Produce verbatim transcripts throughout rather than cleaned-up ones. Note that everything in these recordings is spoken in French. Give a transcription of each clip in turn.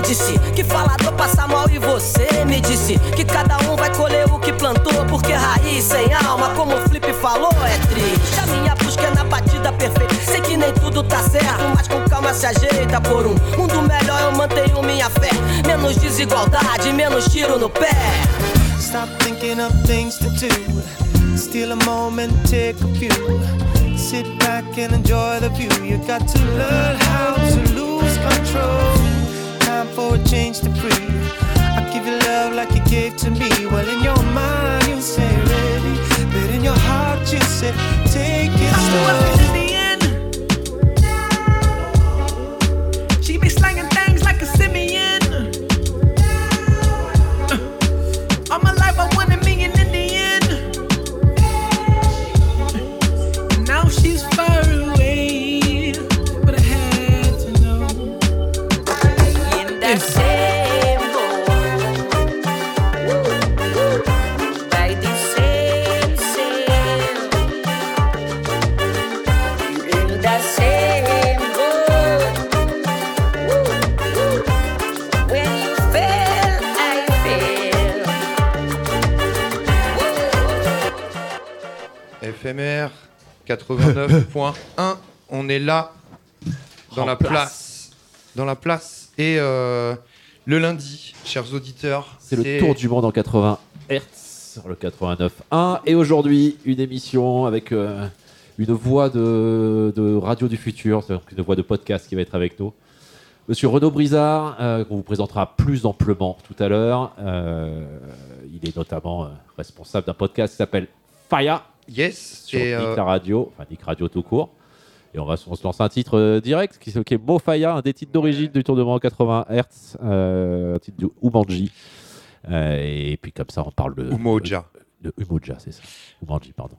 disse que falador passa mal e você me disse que cada um vai colher o que plantou, porque raiz sem alma, como o Flip falou, é triste. A minha busca é na batida perfeita, sei que nem tudo tá certo, mas com calma se ajeita. Por um mundo melhor eu mantenho minha fé, menos desigualdade, menos tiro no pé. Stop thinking of things to do, steal a moment, take a few, sit back and enjoy the view. You got to learn how to lose control, time for a change to free. I give you love like you gave to me. Well, in your mind you say ready, but in your heart you say take it slow. She be slanging things like a simian. Uh, all my life I wanted me an Indian. Uh, now she's far away, but I had to know. In that same boat, by the same sail. In that same boat, when you fell, I fell. F M R quatre-vingt-neuf point un, on est là dans En la place. place. Dans la place. Et euh, le lundi, chers auditeurs, C'est le tour du monde en quatre-vingts hertz sur le quatre-vingt-neuf point un. Et aujourd'hui, une émission avec euh, une voix de, de radio du futur, c'est-à-dire une voix de podcast qui va être avec nous. Monsieur Renaud Brizard, euh, qu'on vous présentera plus amplement tout à l'heure. Euh, il est notamment euh, responsable d'un podcast qui s'appelle Faya Yes. sur Et, Nick euh, la radio, enfin Nick Radio tout court. Et on va on se lance un titre euh, direct qui est Mo Faya, un des titres d'origine du Tour du Monde en quatre-vingts hertz, euh, un titre de Umanji. Euh, et puis comme ça, on parle de Umoja. de Umoja, c'est ça. Umanji, pardon.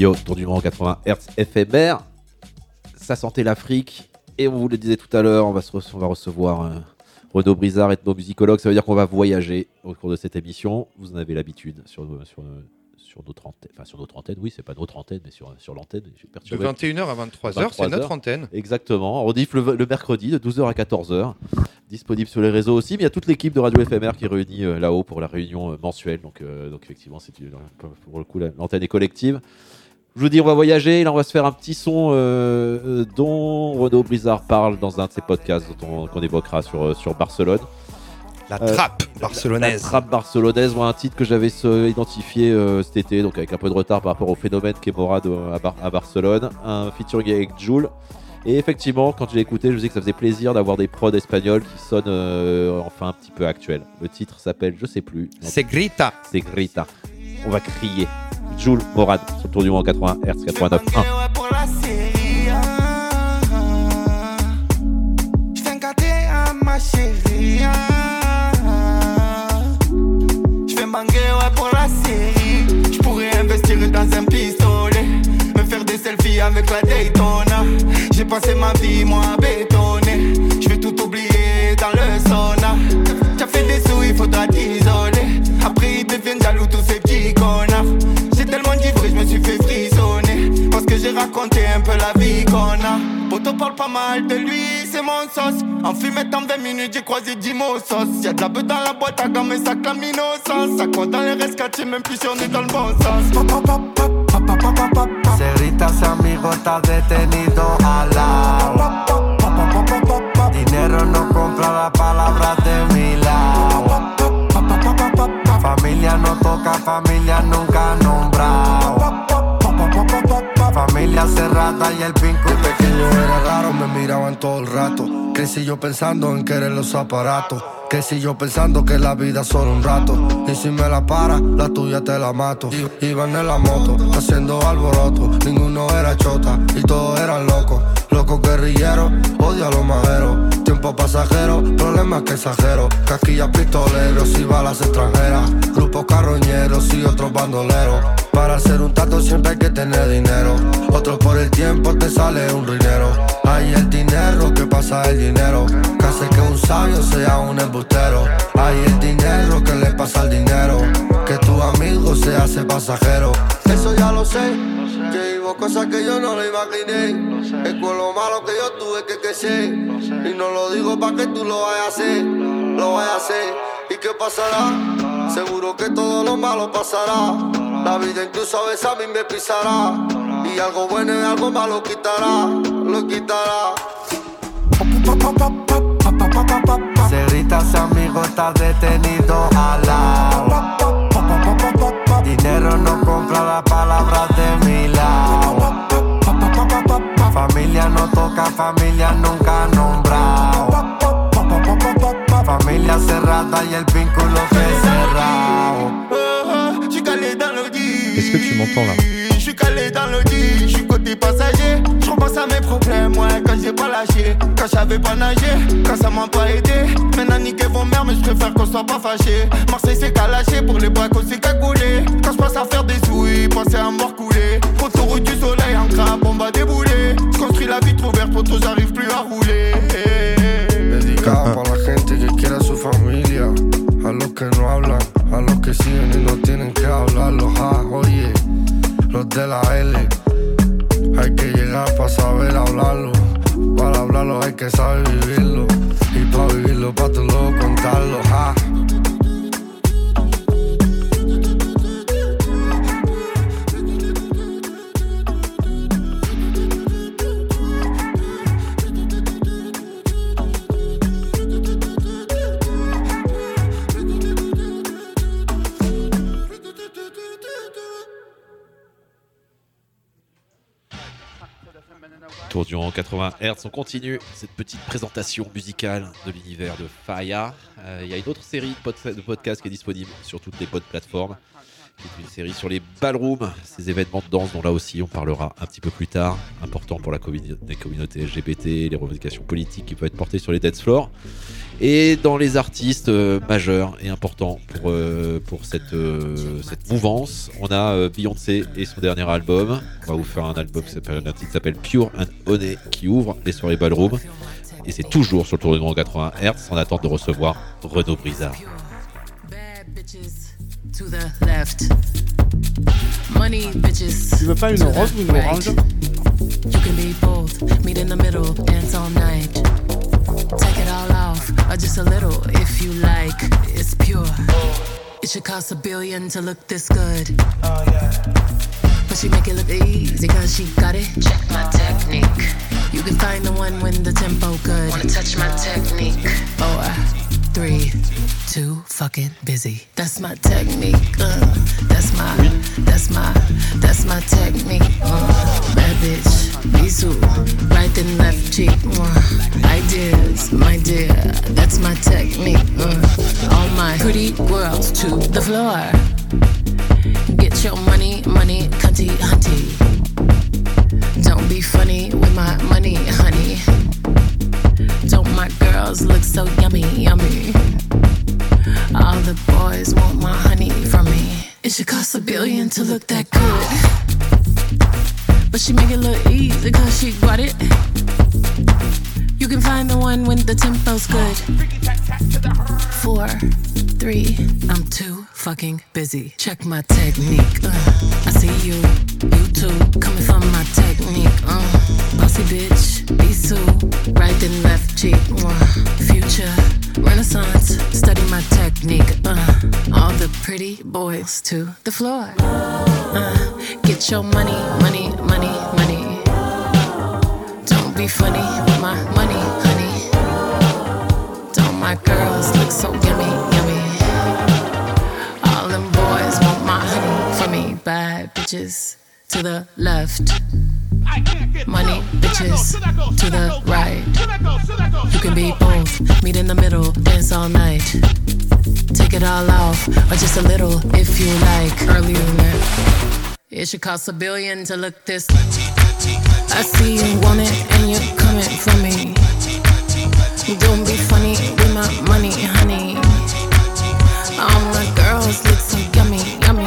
Yo, Tour du monde quatre-vingts hertz éphémère. Ça sentait l'Afrique. Et on vous le disait tout à l'heure, on va, se re- on va recevoir euh, Renaud Brizard, ethnomusicologue. Ça veut dire qu'on va voyager au cours de cette émission. Vous en avez l'habitude sur, sur, sur notre antenne. Enfin, sur notre antenne, oui, c'est pas notre antenne, mais sur, sur l'antenne. Je suis De perturbé. vingt et une heures à vingt-trois heures, c'est notre antenne. Exactement. On rediff le, le mercredi de douze heures à quatorze heures. Disponible sur les réseaux aussi. Mais il y a toute l'équipe de Radio F M R qui est réunie euh, là-haut pour la réunion euh, mensuelle. Donc, euh, donc effectivement, c'est, une- pour le coup, la- l'antenne est collective. Je vous dis, on va voyager. Là, on va se faire un petit son euh, euh, dont Renaud Brizard parle dans un de ses podcasts dont on- qu'on évoquera sur, euh, sur Barcelone. La Euh, trappe La barcelonaise. trappe barcelonaise, moi, un titre que j'avais euh, identifié euh, cet été, donc avec un peu de retard par rapport au phénomène qu'est Morad euh, à, Bar- à Barcelone. Un featuring avec Jul. Et effectivement, quand je l'ai écouté, je me disais que ça faisait plaisir d'avoir des prods espagnols qui sonnent euh, enfin un petit peu actuels. Le titre s'appelle, je sais plus, C'est Grita. c'est Grita. On va crier. Jul, Morad, sur le Tour du monde quatre-vingts hertz quatre-vingt-neuf point un. Pour la série, ah. Je fais un gâté à ma chérie, ah. Je fais banguer ouais pour la série. Je pourrais investir dans un pistolet, me faire des selfies avec la Daytona. J'ai passé ma vie moi à bétonner. Je vais tout oublier dans le sauna. T'as fait des sous, il faudra t'isoler. Après ils deviennent jaloux tous ces petits connards. J'ai tellement d'ivré, je me suis fait frissonner. Parce que j'ai raconté un peu la vie qu'on a. Poto parle pas mal de lui, c'est mon sauce. En fumette en vingt minutes, j'ai croisé Dimo sauce. Y'a de la beuh dans la boîte à gamme et ça clame innocence. Ça compte dans les rescatés, même plus si on est dans le bon sens. Cerrita, ese amigo está detenido al lado. Dinero no compra la palabra de mi lado. Familia no toca, familia nunca nombrado. Familia cerrada y el pinco. De pequeño era raro, me miraban todo el rato. Crecí yo pensando en querer los aparatos. Crecí yo pensando que la vida es solo un rato. Y si me la para, la tuya te la mato. I- Iban en la moto, haciendo alboroto. Ninguno era chota y todos eran locos. Locos guerrilleros, odio a los maderos. Tiempo pasajero, problemas que exagero. Casquillas pistoleros y balas extranjeras. Grupos carroñeros y otros bandoleros. Para hacer un tato siempre hay que tener dinero. Otros por el tiempo te sale un ruinero. Hay el dinero que pasa el dinero. Que hace que un sabio sea un embustero. Hay el dinero que le pasa al dinero. Que tu amigo se hace pasajero. Eso ya lo sé. Que vivo cosas que yo no lo imaginé. Es con lo malo que yo tuve que crecer. Y no lo digo pa' que tú lo vayas a hacer. Lo vayas a hacer. ¿Y qué pasará? Seguro que todo lo malo pasará. La vida incluso a veces a mí me pisará. Y algo bueno y algo malo quitará. Lo quitará. Cerrita, ese amigo está detenido al lado. Dinero no compra la palabra de mi lado. Familia no toca, familia nunca nombrado. Familia cerrada y el vínculo que es cerrado. Je suis calé dans l'audi. Est-ce que tu m'entends là? Je suis calé dans l'audi, je suis côté passager. Je repense à mes problèmes, ouais, quand j'ai pas lâché. Quand j'avais pas nagé, quand ça m'a pas aidé. Maintenant niquer vos mères, mais je préfère qu'on soit pas fâché. Marseille c'est qu'à lâcher, pour les braques c'est qu'à couler. Quand je passe à faire des sous, penser à mort couler. Autoroute du soleil, en crabe, on va débouler. Je construis la vitre ouverte, pour tous j'arrive plus à rouler. Dedicado para la gente que quiere a su familia, a los que no hablan, a los que siguen y no tienen que hablar, los A, oye, los de la L. Hay que llegar para saber hablarlo, para hablarlo hay que saber vivirlo, y para vivirlo para tú luego contarlo, ja. Tour du monde quatre-vingts hertz, on continue cette petite présentation musicale de l'univers de Faya. Euh, Il y a une autre série de, pod- de podcasts qui est disponible sur toutes les bonnes plateformes. C'est une série sur les ballrooms, ces événements de danse dont là aussi on parlera un petit peu plus tard. Important pour la communi- les communautés L G B T, les revendications politiques qui peuvent être portées sur les dance floors. Et dans les artistes euh, majeurs et importants pour, euh, pour cette, euh, cette mouvance, on a euh, Beyoncé et son dernier album. On va vous faire un album qui s'appelle, un titre qui s'appelle Pure and Honey qui ouvre les soirées ballroom. Et c'est toujours sur le tour du monde quatre-vingts hertz en attente de recevoir Renaud Brizard. To the left. Money bitches. Tu veux pas une rose ou une orange? You can be both. Meet in the middle, dance all night. Take it all off, or just a little if you like. It's pure. It should cost a billion to look this good. Oh yeah. But she make it look easy cause she got it. Check my technique. You can find the one when the tempo good. Wanna touch my technique? Four, three, two, fucking busy. That's my technique. Uh, that's my, that's my, that's my technique. Uh, bad bitch, bisou, right and left cheek. Uh, ideas, my dear, that's my technique. Uh, all my pretty girls to the floor. Get your money, money, cunty, hunty. Don't be funny with my money, honey. Don't my girls look so yummy, yummy? All the boys want my honey from me. It should cost a billion to look that good. But she make it look easy cause she got it. You can find the one when the tempo's good. Four, three, I'm too fucking busy. Check my technique. Uh, I see you, you too, coming from my technique. Uh, bossy bitch, bisou, right and left cheek. Uh, future, renaissance, study my technique. Uh, all the pretty boys to the floor. Uh, get your money, money, money, money. Don't be funny with my money, honey. Don't my girls look so yummy, yummy? All them boys want my honey for me. Bad bitches to the left. Money bitches to the right. You can be both, meet in the middle, dance all night. Take it all off, or just a little if you like. Earlier than that, it should cost a billion to look this. I see you want it and you're coming for me. Don't be funny with my money, honey. All my girls look so yummy, yummy.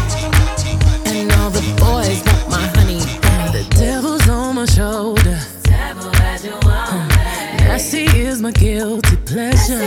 And all the boys want my honey, honey. The devil's on my shoulder. Uh, nasty is my guilty pleasure.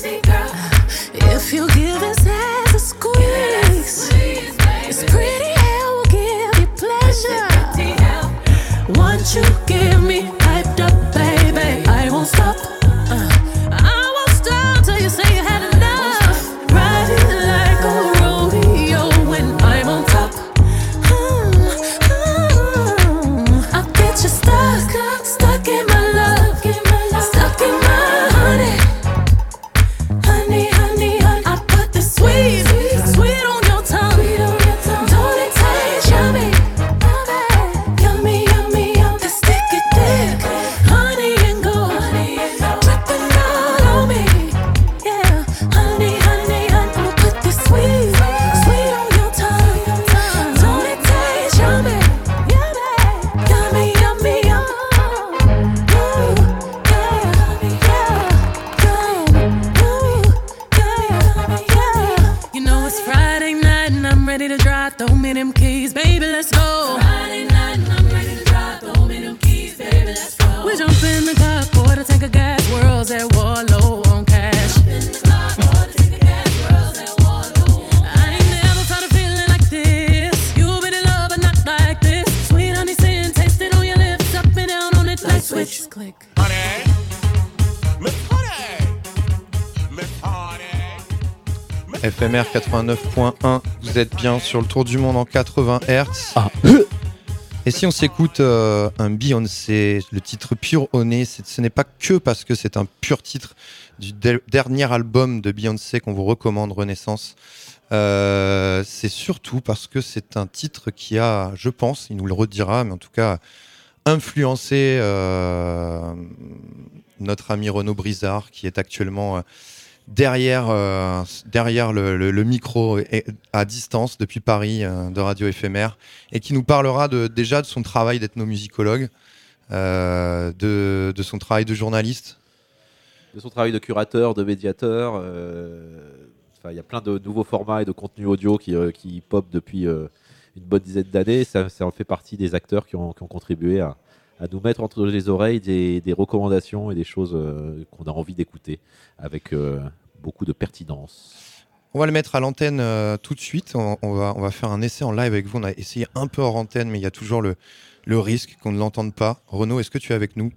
If you give his ass a squeeze, it's pretty hell will give you pleasure. Once you give me hyped up, baby, I won't stop. Uh, I won't stop till you say you had enough. Riding like a rodeo when I'm on top. Mm, mm, I'll get you stuck, stuck in my love, stuck in my honey. Honey, honey, honey. I put the sweet, sweet on your tongue. Don't it taste yummy? Yummy, yummy, yummy. The sticky dick, honey and gold, dripping all on me. Yeah, honey, honey, honey. I'ma put the sweet, sweet on your tongue. Don't it taste yummy? Yummy, yummy, yummy. Ooh, yeah, yeah, yeah, yeah. You know it's Friday night and I'm ready to drive. Throw me them keys, baby, let's go. Friday night and I'm ready to drive. Throw me them keys, baby, let's go. We jump in the car, pour the tank of gas. World's at war, low on cash. I ain't never felt a feeling like this. You've been in love, but not like this. Sweet honey sin, taste it on your lips. Up and down on it like switch, click. F M R quatre-vingt-neuf point un, vous êtes bien sur le tour du monde en quatre-vingts hertz. Ah. Et si on s'écoute euh, un Beyoncé, le titre Pure Honey, c'est, ce n'est pas que parce que c'est un pur titre du de- dernier album de Beyoncé qu'on vous recommande, Renaissance. Euh, c'est surtout parce que c'est un titre qui a, je pense, il nous le redira, mais en tout cas, influencé euh, notre ami Renaud Brizard, qui est actuellement euh, derrière, euh, derrière le, le, le micro et, à distance depuis Paris euh, de Radio F M R, et qui nous parlera de, déjà de son travail d'ethnomusicologue, euh, de, de son travail de journaliste. de son travail de curateur, de médiateur. Euh, enfin, il y a plein de nouveaux formats et de contenus audio qui, euh, qui pop depuis euh, une bonne dizaine d'années. Ça, ça en fait partie des acteurs qui ont, qui ont contribué à, à nous mettre entre les oreilles des, des recommandations et des choses euh, qu'on a envie d'écouter avec euh, beaucoup de pertinence. On va le mettre à l'antenne euh, tout de suite. On, on, va, on va faire un essai en live avec vous. On a essayé un peu hors antenne, mais il y a toujours le, le risque qu'on ne l'entende pas. Renaud, est-ce que tu es avec nous ?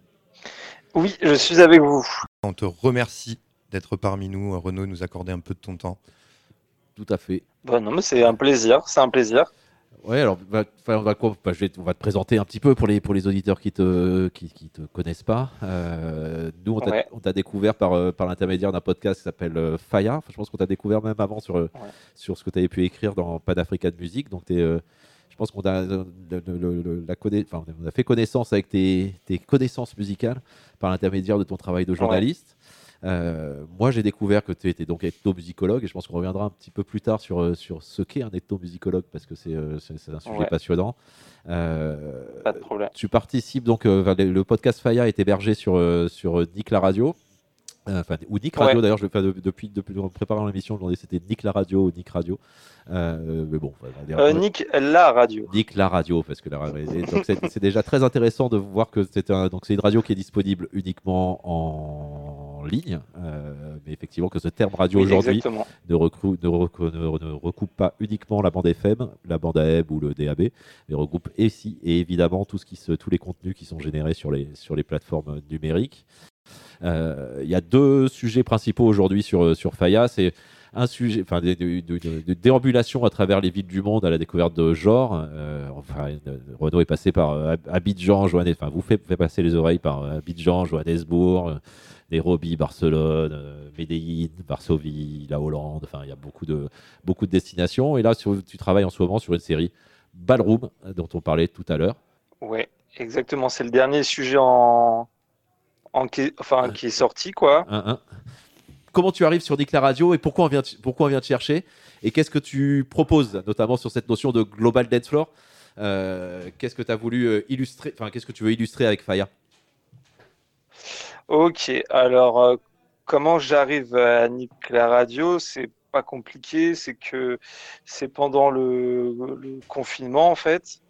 Oui, je suis avec vous. On te remercie d'être parmi nous, Renaud, nous accorder un peu de ton temps. Tout à fait. Bah non, mais c'est un plaisir, c'est un plaisir. Ouais, alors bah, on, va, bah, je vais, on va te présenter un petit peu pour les, pour les auditeurs qui te, qui, qui te connaissent pas. Euh, nous, on t'a, Ouais. on t'a découvert par, par l'intermédiaire d'un podcast qui s'appelle euh, Faya. Enfin, je pense qu'on t'a découvert même avant sur, ouais. sur ce que tu avais pu écrire dans Pan Africa de musique. Donc, t'es, euh, je pense qu'on a, le, le, le, la conna... enfin, on a fait connaissance avec tes, tes connaissances musicales par l'intermédiaire de ton travail de journaliste. Ouais. Euh, moi, j'ai découvert que tu étais donc ethnomusicologue et je pense qu'on reviendra un petit peu plus tard sur, sur ce qu'est un ethnomusicologue parce que c'est, c'est, c'est un sujet ouais. passionnant. Euh, Pas de problème. Tu participes donc, euh, le podcast Faya est hébergé sur, euh, sur Nick la Radio. Enfin, ou Nick Radio ouais. d'ailleurs, je, enfin, depuis, depuis en préparant l'émission, je me demandais si c'était Nick la Radio ou Nick Radio. Euh, mais bon, dire, euh, Nick la Radio. Nick la Radio, parce que la, donc c'est, c'est déjà très intéressant de voir que c'est, un, donc c'est une radio qui est disponible uniquement en ligne, euh, mais effectivement que ce terme radio oui, aujourd'hui ne, recrou, ne, recou, ne, ne recoupe pas uniquement la bande F M, la bande A M ou le D A B, mais regroupe ici et évidemment tout ce qui se, tous les contenus qui sont générés sur les, sur les plateformes numériques. Il euh, y a deux sujets principaux aujourd'hui sur, sur Faya. C'est un sujet, enfin, de, de, de, de déambulation à travers les villes du monde à la découverte de genre. Euh, enfin, Renaud est passé par euh, Abidjan, Johannesburg. Enfin, vous faites fait passer les oreilles par euh, Abidjan, Johannesburg, euh, Nairobi, Barcelone, euh, Medellín, Varsovie, la Hollande. Enfin, il y a beaucoup de, beaucoup de destinations. Et là, sur, tu travailles en ce moment sur une série Ballroom, dont on parlait tout à l'heure. Oui, exactement. C'est le dernier sujet en. En qui, enfin, qui est sorti, quoi. Un, un. Comment tu arrives sur Nick la Radio et pourquoi on vient, pourquoi on vient te chercher et qu'est-ce que tu proposes, notamment sur cette notion de global dance floor euh, qu'est-ce que tu as voulu euh, illustrer, enfin, qu'est-ce que tu veux illustrer avec Faya? Ok, alors, euh, comment j'arrive à Nick la Radio? C'est pas compliqué, c'est que c'est pendant le, le confinement, en fait.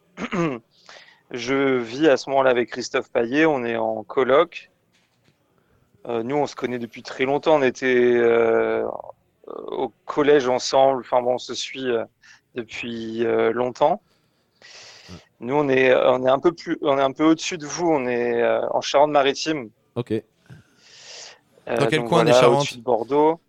Je vis à ce moment-là avec Christophe Payet, on est en coloc. Euh, nous, on se connaît depuis très longtemps. On était euh, au collège ensemble. Enfin bon, on se suit euh, depuis euh, longtemps. Nous, on est, on est un peu plus, on est un peu au-dessus de vous. On est euh, en Charente-Maritime. Ok. Euh, Dans quel donc, coin voilà, des Charentes? Au-dessus de Bordeaux.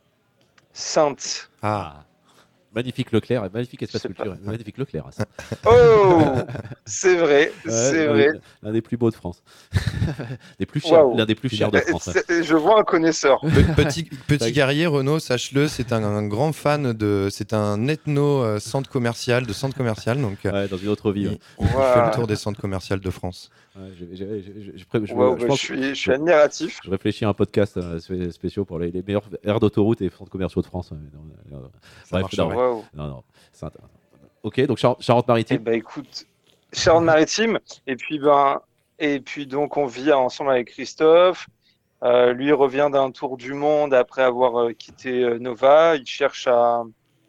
Sainte. Ah. Magnifique Leclerc, magnifique espace culturel, magnifique Leclerc. Ça. Oh, c'est vrai, ouais, c'est l'un, vrai. L'un des plus beaux de France, des plus chers, wow. L'un des plus chers de France. C'est, je vois un connaisseur. Petit, petit guerrier, Renaud, sache-le, c'est un, un grand fan de, c'est un ethno euh, centre commercial, de centre commercial, donc. Ouais, dans une autre vie. Il, ouais. il wow. fait le tour des centres commerciaux de France. Ouais, j'ai, j'ai, j'ai, j'ai, je, je, wow, je, bah, je, suis, je suis admiratif. Je réfléchis à un podcast euh, spéciaux pour les, les meilleurs aires d'autoroute et centres commerciaux de France. Bref, non, wow. non, non. Ok, donc Char- Charente-Maritime. Eh ben écoute, Charente-Maritime, et puis ben, et puis donc on vit ensemble avec Christophe. Euh, lui revient d'un tour du monde après avoir euh, quitté euh, Nova. Il cherche à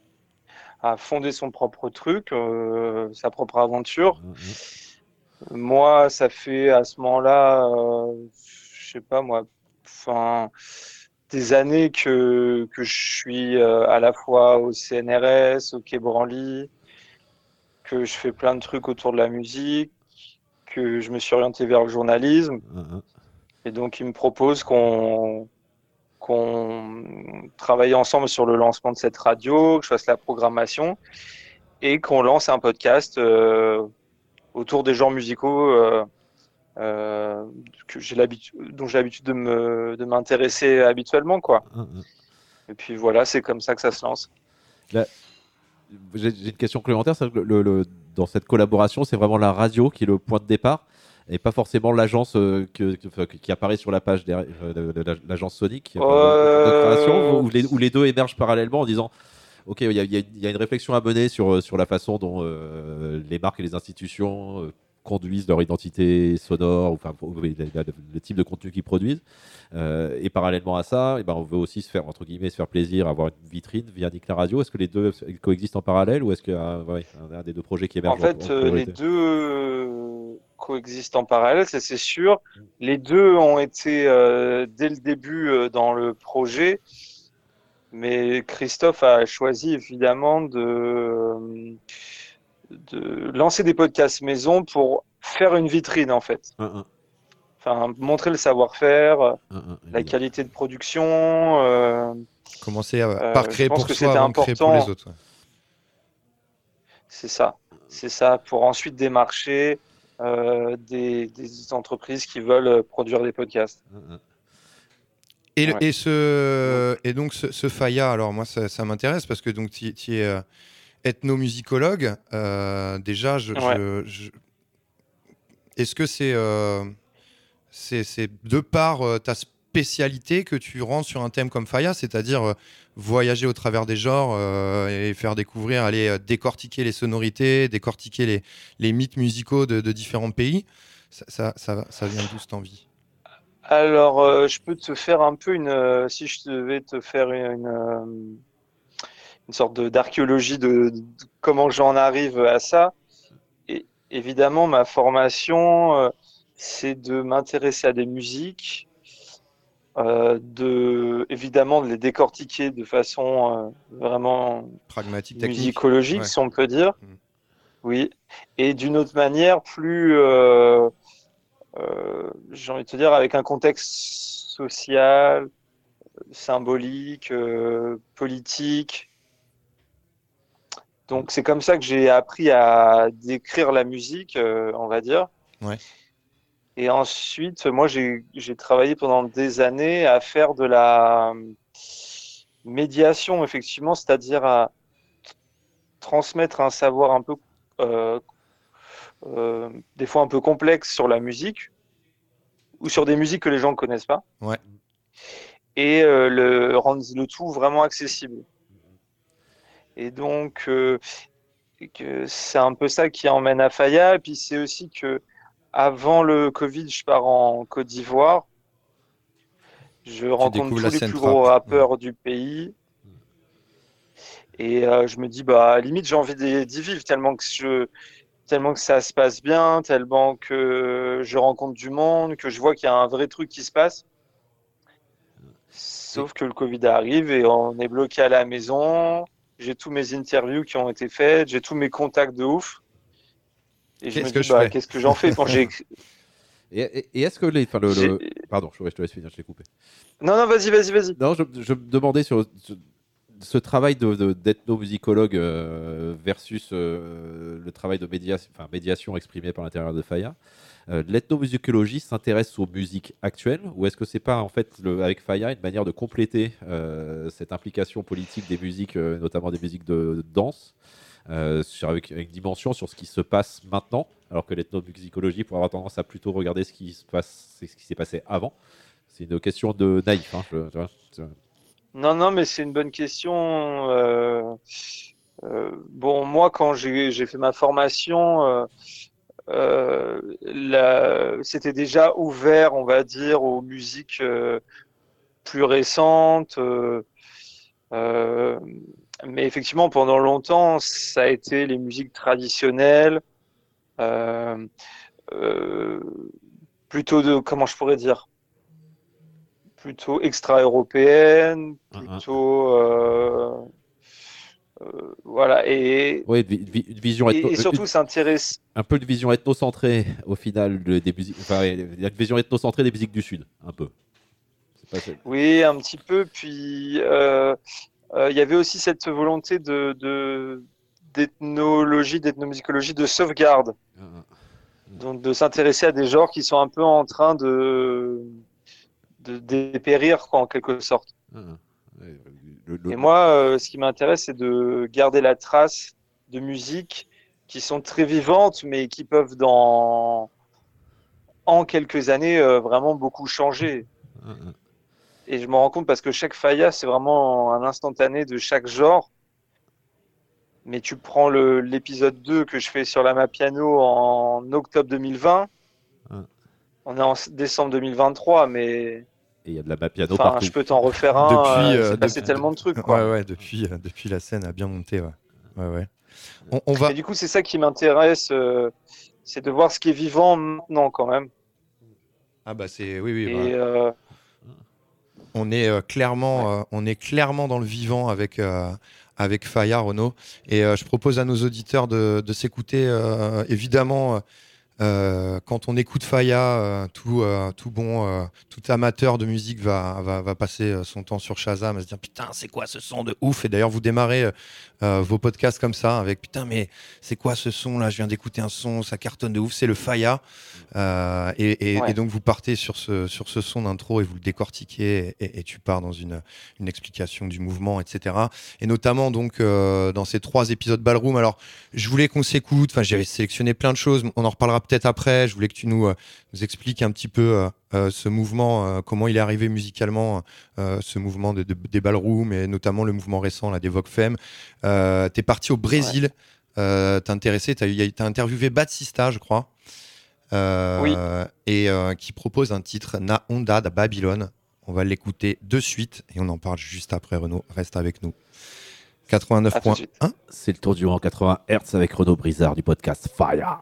à fonder son propre truc, euh, sa propre aventure. Mm-hmm. Moi, ça fait à ce moment-là, euh, je sais pas moi, enfin. des années que, que je suis euh, à la fois au C N R S, au Quai Branly, que je fais plein de trucs autour de la musique, que je me suis orienté vers le journalisme. Uh-huh. Et donc, il me propose qu'on, qu'on travaille ensemble sur le lancement de cette radio, que je fasse la programmation et qu'on lance un podcast euh, autour des genres musicaux euh, Euh, que j'ai l'habitude, dont j'ai l'habitude de, me, de m'intéresser habituellement, quoi. Mmh. Et puis voilà, c'est comme ça que ça se lance. Là, j'ai, j'ai une question complémentaire. C'est que le, le, dans cette collaboration, c'est vraiment la radio qui est le point de départ et pas forcément l'agence euh, que, que, qui apparaît sur la page derrière, euh, de, de, de l'agence Sonic euh, de, de création, où les, où les deux émergent parallèlement en disant ok, il y, y, y a une réflexion à mener sur, sur la façon dont euh, les marques et les institutions euh, conduisent leur identité sonore, enfin le, le, le type de contenu qu'ils produisent. Euh, et parallèlement à ça, eh ben, on veut aussi se faire entre guillemets se faire plaisir, avoir une vitrine via Nick la Radio. Est-ce que les deux coexistent en parallèle ou est-ce qu'il y a ouais, un, un des deux projets qui émerge En fait, en, en euh, les deux euh, coexistent en parallèle, ça c'est sûr. Les deux ont été euh, dès le début euh, dans le projet, mais Christophe a choisi évidemment de de lancer des podcasts maison pour faire une vitrine en fait. un, un. Enfin, montrer le savoir-faire, Un, un, la qualité de production. Euh, Commencer à, euh, par je créer pense pour que soi c'était avant de créer pour important. les autres. Ouais. C'est ça, c'est ça, pour ensuite démarcher euh, des, des entreprises qui veulent produire des podcasts. Un, un. Et, le- Ouais. et, ce, et donc ce, ce Faya, alors moi ça, ça m'intéresse parce que donc tu es euh, ethnomusicologue. Euh, déjà, je, Ouais. je- je- est-ce que c'est euh, c'est c'est de par euh, ta spécialité que tu rentres sur un thème comme Faya, c'est-à-dire euh, voyager au travers des genres euh, et faire découvrir, aller euh, décortiquer les sonorités, décortiquer les, les mythes musicaux de, de différents pays. Ça, ça, ça, ça vient d'où cette envie? Alors, euh, je peux te faire un peu une, euh, si je devais te faire une, une, euh, une sorte de- d'archéologie de, de comment j'en arrive à ça. Et évidemment, ma formation, euh, c'est de m'intéresser à des musiques, euh, de, évidemment, de les décortiquer de façon euh, vraiment Pragmatique, technique. musicologique, Ouais. si on peut dire. Mm. Oui. Et d'une autre manière, plus, euh, euh, j'ai envie de te dire, avec un contexte social, symbolique, euh, politique. Donc c'est comme ça que j'ai appris à décrire la musique, euh, on va dire. Ouais. Et ensuite, moi, j'ai j'ai travaillé pendant des années à faire de la médiation, effectivement, c'est-à-dire à transmettre un savoir un peu, euh, euh, des fois un peu complexe sur la musique ou sur des musiques que les gens ne connaissent pas. Ouais. Et euh, le rendre le tout vraiment accessible. Et donc, euh, que c'est un peu ça qui emmène à Faya. Et puis, c'est aussi que avant le Covid, je pars en Côte d'Ivoire. Je rencontre découvres tous la les scène plus trap. gros rappeurs du pays. Et euh, je me dis, bah, limite, j'ai envie d'y d'y vivre tellement que je, tellement que ça se passe bien, tellement que je rencontre du monde, que je vois qu'il y a un vrai truc qui se passe. Sauf que le Covid arrive et on est bloqué à la maison. J'ai tous mes interviews qui ont été faites, j'ai tous mes contacts de ouf. Et je me Qu'est-ce que dis, je bah, fais qu'est-ce que j'en fais quand j'ai. Et, et- et est-ce que les, enfin le, J'ai- le- pardon, je, je te laisse finir, je t'ai coupé. Non, non, vas-y, vas-y, vas-y. Non, je, je me demandais sur ce, ce travail de, de- d'ethnomusicologue euh, versus euh, le travail de médiation, enfin, médiation exprimée par l'intérieur de Faya. Euh, l'ethnomusicologie s'intéresse aux musiques actuelles ou est-ce que c'est pas en fait le, avec Faya une manière de compléter euh, cette implication politique des musiques, euh, notamment des musiques de, de danse, euh, sur, avec, avec une dimension sur ce qui se passe maintenant, alors que l'ethnomusicologie pourrait avoir tendance à plutôt regarder ce qui se passe, ce qui s'est passé avant. C'est une question de naïf. Hein, je- tu vois, c'est- Non, non, mais c'est une bonne question. Euh, euh, bon, moi, quand j'ai j'ai fait ma formation, euh, euh, la- c'était déjà ouvert, on va dire, aux musiques euh, plus récentes. euh, euh, mais effectivement, pendant longtemps, ça a été les musiques traditionnelles, euh, euh, plutôt de, comment je pourrais dire, plutôt extra-européennes, Un, un. plutôt, euh, euh, voilà, et, Ouais, une, vi- vi- une vision et, ethno- et surtout une- s'intéresse. un peu de vision ethnocentrée au final de- des musiques. Enfin, il y a une vision ethnocentrée des musiques du Sud, un peu. C'est pas celle- Oui, un petit peu. Puis euh, euh, il y avait aussi cette volonté de, de d'ethnologie, d'ethnomusicologie, de sauvegarde, un, un. donc de s'intéresser à des genres qui sont un peu en train de de dépérir, quoi, en quelque sorte. un, un. Ouais, le- le- Et moi, euh, ce qui m'intéresse, c'est de garder la trace de musiques qui sont très vivantes, mais qui peuvent dans en quelques années euh, vraiment beaucoup changer. un, un. Et je me rends compte parce que chaque Faya, c'est vraiment un instantané de chaque genre. mais tu prends le, l'épisode deux que je fais sur la Mapiano en octobre deux mille vingt. Ah. On est en décembre deux mille vingt-trois, mais... Et il y a de la Mapiano enfin, partout. Je peux t'en refaire un. Depuis, euh, c'est depuis, passé tellement de trucs. Quoi. Ouais, ouais, depuis, euh, depuis la scène a bien monté. Ouais. Ouais, ouais. On, on va... Et du coup, c'est ça qui m'intéresse, euh, c'est de voir ce qui est vivant maintenant quand même. Ah bah c'est... Oui, oui. Et, bah... euh... On est euh, clairement, ouais. euh, on est clairement dans le vivant avec euh, avec Faya, Renaud. Et euh, je propose à nos auditeurs de, de s'écouter. Euh, évidemment, euh, quand on écoute Faya, euh, tout euh, tout bon, euh, tout amateur de musique va va, va passer son temps sur Shazam à se dire putain c'est quoi ce son de ouf. Et d'ailleurs vous démarrez euh, vos podcasts comme ça avec putain mais c'est quoi ce son là, je viens d'écouter un son, ça cartonne de ouf, c'est le Faya. Euh, et, et, ouais. et donc vous partez sur ce, sur ce son d'intro et vous le décortiquez et, et, et tu pars dans une, une explication du mouvement, et cetera. Et notamment donc euh, dans ces trois épisodes Ballroom. Alors je voulais qu'on s'écoute, enfin j'avais sélectionné plein de choses, on en reparlera peut-être après. Je voulais que tu nous, euh, nous expliques un petit peu euh, ce mouvement, euh, comment il est arrivé musicalement, euh, ce mouvement de, de, des Ballroom et notamment le mouvement récent là, des Vogue Femme. Euh, t'es parti au Brésil, ouais. euh, t'es intéressé, t'as, t'as interviewé Batista je crois. Euh, oui. Et euh, qui propose un titre Na Onda da Babylone. On va l'écouter de suite et on en parle juste après. Renaud, reste avec nous. quatre-vingt-neuf point un. C'est le tour du en quatre-vingts hertz avec Renaud Brizard du podcast Fire.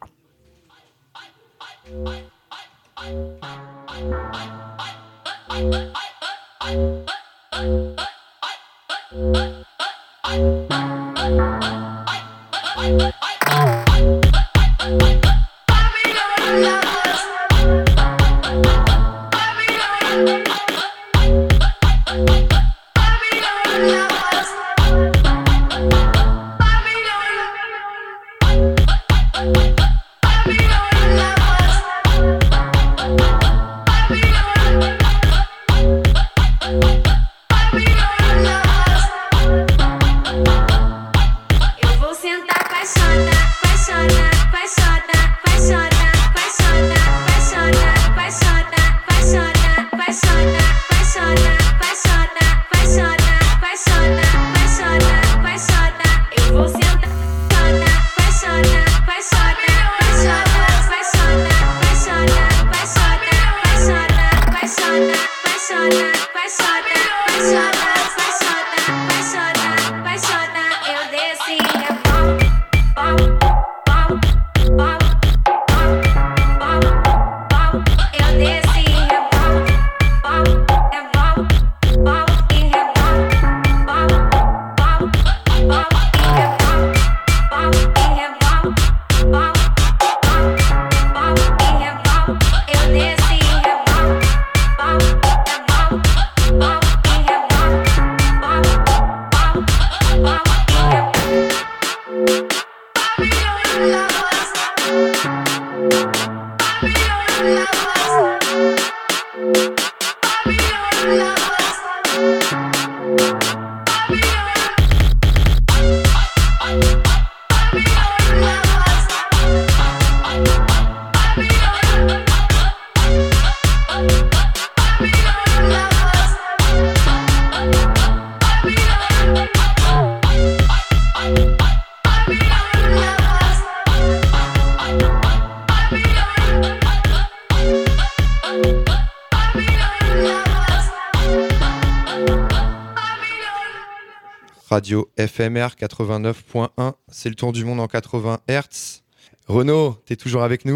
Radio F M R quatre-vingt-neuf point un, c'est le tour du monde en quatre-vingts hertz. Renaud, t'es toujours avec nous ?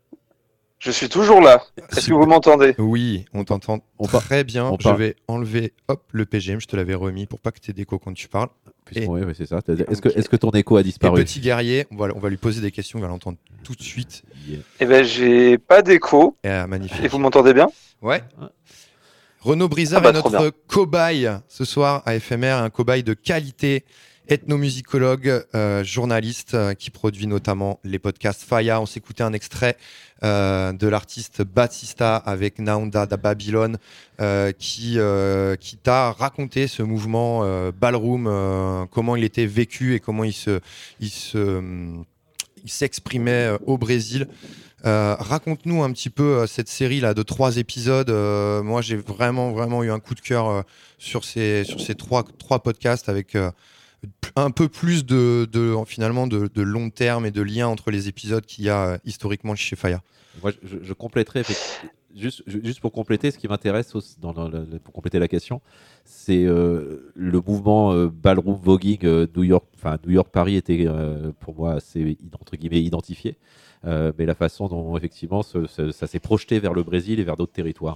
Je suis toujours là. Est-ce Super. que vous m'entendez ? Oui, on t'entend on très bien. On je part. vais enlever hop, le P G M, je te l'avais remis pour pas que tu aies d'écho quand tu parles. Et... Oui, oui, c'est ça. Est-ce que, est-ce que ton écho a disparu ? Et petit guerrier, on va, on va lui poser des questions, on va l'entendre tout de suite. Yeah. Eh ben, j'ai pas d'écho. Ah, magnifique. Et vous m'entendez bien ? Ouais. Renaud Brizard ah bah, est notre cobaye ce soir à F M R, un cobaye de qualité, ethnomusicologue, euh, journaliste euh, qui produit notamment les podcasts Faya. On s'écoutait un extrait euh, de l'artiste Batista avec Na Onda da Babylone euh, qui, euh, qui t'a raconté ce mouvement euh, Ballroom, euh, comment il était vécu et comment il, se, il, se, il s'exprimait au Brésil. Euh, raconte-nous un petit peu euh, cette série là de trois épisodes. Euh, moi, j'ai vraiment vraiment eu un coup de cœur euh, sur ces sur ces trois trois podcasts avec euh, un peu plus de, de finalement de, de long terme et de lien entre les épisodes qu'il y a euh, historiquement chez Faya. Moi, je, je compléterai juste, juste pour compléter, ce qui m'intéresse aussi, dans, dans, dans, pour compléter la question, c'est euh, le mouvement euh, ballroom voguing euh, New York, enfin New York Paris était euh, pour moi assez entre guillemets identifié, euh, mais la façon dont effectivement ce, ce, ça s'est projeté vers le Brésil et vers d'autres territoires.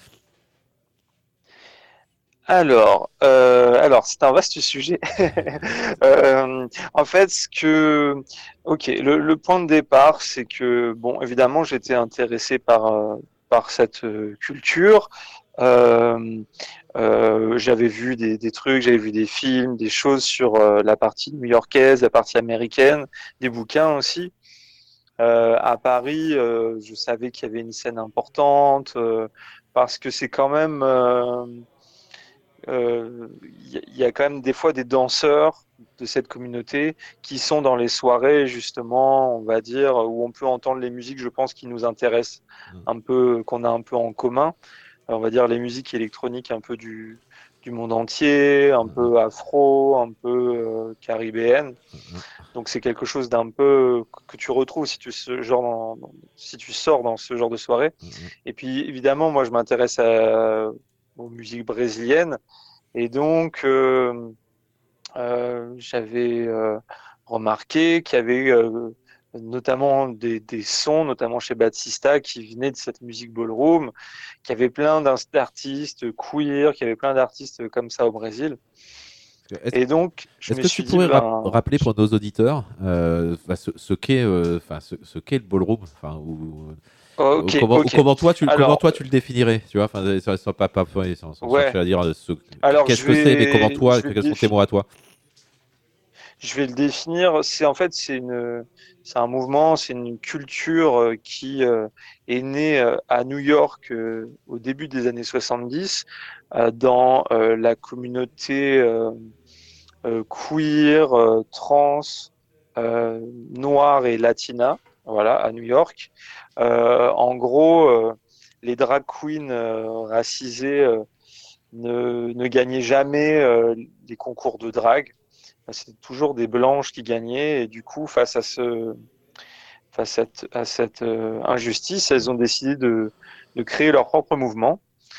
Alors, euh, alors c'est un vaste sujet. euh, en fait, ce que, ok, le, le point de départ, c'est que, bon, évidemment, j'étais intéressé par euh, par cette euh, culture. Euh, euh, j'avais vu des, des trucs, j'avais vu des films, des choses sur euh, la partie new-yorkaise, la partie américaine, des bouquins aussi. Euh, à Paris, euh, je savais qu'il y avait une scène importante euh, parce que c'est quand même euh, il euh, y, y a quand même des fois des danseurs de cette communauté qui sont dans les soirées justement, on va dire, où on peut entendre les musiques, je pense, qui nous intéressent un peu, qu'on a un peu en commun. On va dire les musiques électroniques un peu du, du monde entier, un peu afro, un peu euh, caribéenne. Donc c'est quelque chose d'un peu que tu retrouves si tu, ce genre dans, si tu sors dans ce genre de soirée. Et puis évidemment, moi je m'intéresse à aux musiques brésiliennes et donc euh, euh, j'avais euh, remarqué qu'il y avait euh, notamment des, des sons, notamment chez Batista, qui venaient de cette musique ballroom, qu'il y avait plein d'artistes queer, qu'il y avait plein d'artistes comme ça au Brésil. Est-ce, et donc, je est-ce me que suis tu pourrais dit, ra- ben, rappeler pour nos auditeurs euh, ce, ce, qu'est, euh, ce, ce qu'est le ballroom, enfin, ou, okay, ou comment, okay. ou comment, toi, tu, Alors, comment toi tu le définirais, tu vois, enfin, sans, sans, pas, pas, sans, sans ouais. chercher à dire ce, Alors, qu'est-ce je que vais, c'est, mais comment toi, quels sont défi- tes mots à toi? Je vais le définir. C'est en fait, c'est une, c'est un mouvement, c'est une culture euh, qui euh, est née euh, à New York euh, au début des années soixante-dix euh, dans euh, la communauté euh, euh, queer, euh, trans, euh, noire et latina. Voilà, à New York. Euh, en gros, euh, les drag queens euh, racisées euh, ne, ne gagnaient jamais euh, les concours de drague. C'était toujours des blanches qui gagnaient et du coup, face à ce, face à, t- à cette euh, injustice, elles ont décidé de, de créer leur propre mouvement,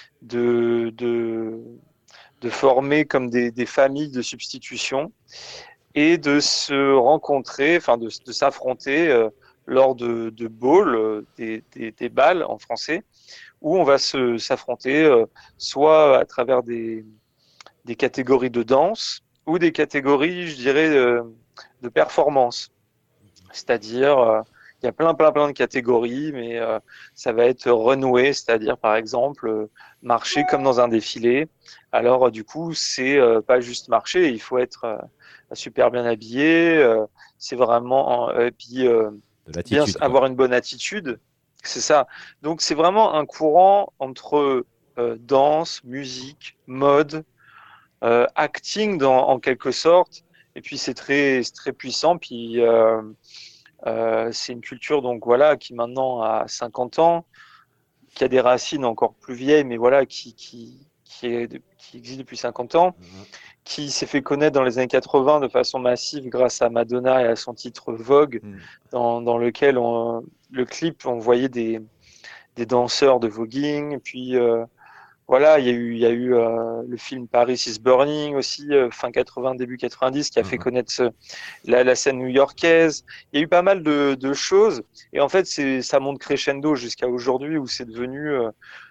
de, de, de former comme des, des familles de substitution et de se rencontrer, enfin de, de s'affronter euh, lors de, de balls, euh, des, des, des balles en français, où on va se, s'affronter euh, soit à travers des, des catégories de danse ou des catégories, je dirais, euh, de performance. C'est-à-dire, euh, il y a plein, plein, plein de catégories, mais euh, ça va être renoué, c'est-à-dire, par exemple, euh, marcher comme dans un défilé. Alors, euh, du coup, c'est euh, pas juste marcher, il faut être euh, super bien habillé. Euh, c'est vraiment, euh, et puis, euh, bien avoir une bonne attitude. C'est ça. Donc, c'est vraiment un courant entre euh, danse, musique, mode, euh, acting dans, en quelque sorte. Et puis c'est très, c'est très puissant. Puis euh, euh, c'est une culture donc voilà qui maintenant a cinquante ans, qui a des racines encore plus vieilles, mais voilà qui qui qui, est, qui existe depuis cinquante ans, mmh. qui s'est fait connaître dans les années quatre-vingts de façon massive grâce à Madonna et à son titre Vogue, mmh. dans, dans lequel on, le clip on voyait des des danseurs de voguing, puis euh, voilà, il y a eu, il y a eu euh, le film Paris is Burning aussi, euh, fin quatre-vingts, début quatre-vingt-dix, qui a mmh. fait connaître ce, la, la scène new-yorkaise. Il y a eu pas mal de, de choses. Et en fait, c'est, ça monte crescendo jusqu'à aujourd'hui où c'est devenu, euh,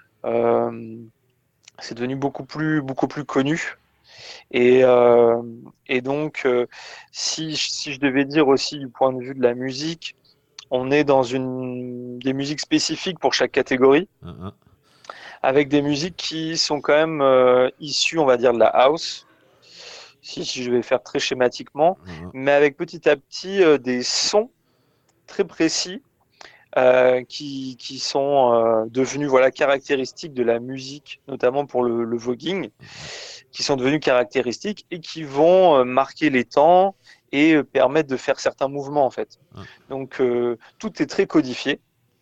euh, c'est devenu beaucoup plus, beaucoup plus connu. Et, euh, et donc, euh, si, si je devais dire aussi du point de vue de la musique, on est dans une, des musiques spécifiques pour chaque catégorie. Mmh. Avec des musiques qui sont quand même euh, issues, on va dire, de la house, si, si je vais faire très schématiquement, mmh. mais avec petit à petit euh, des sons très précis euh, qui, qui sont euh, devenus voilà, caractéristiques de la musique, notamment pour le, le voguing, qui sont devenus caractéristiques et qui vont euh, marquer les temps et euh, permettre de faire certains mouvements, en fait. Mmh. Donc, euh, tout est très codifié.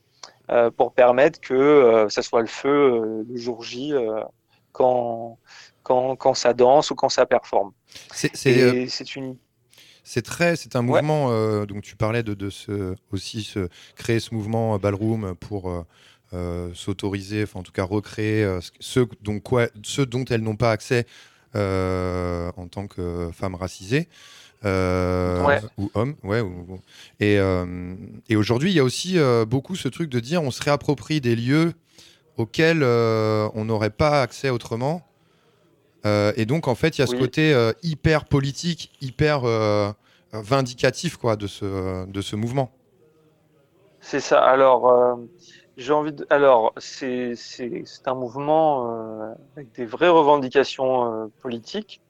Euh, pour permettre que euh, ça soit le feu euh, le jour J euh, quand, quand, quand ça danse ou quand ça performe. C'est, c'est, Et euh, c'est une... c'est très, c'est un Ouais. mouvement. Euh, donc tu parlais de, de ce, aussi se créer ce mouvement euh, ballroom pour euh, euh, s'autoriser, enfin en tout cas recréer euh, ce, ce dont quoi, ce dont elles n'ont pas accès euh, en tant que femmes racisées. Euh, Ouais. ou hommes, ouais. Ou, ou- et, euh, et aujourd'hui, il y a aussi euh, beaucoup ce truc de dire on se réapproprie des lieux auxquels euh, on n'aurait pas accès autrement. Euh, et donc, en fait, il y a ce Oui. côté euh, hyper politique, hyper euh, vindicatif quoi, de, ce, de ce mouvement. C'est ça. Alors, euh, j'ai envie de. Alors, c'est c'est c'est un mouvement euh, avec des vraies revendications euh, politiques.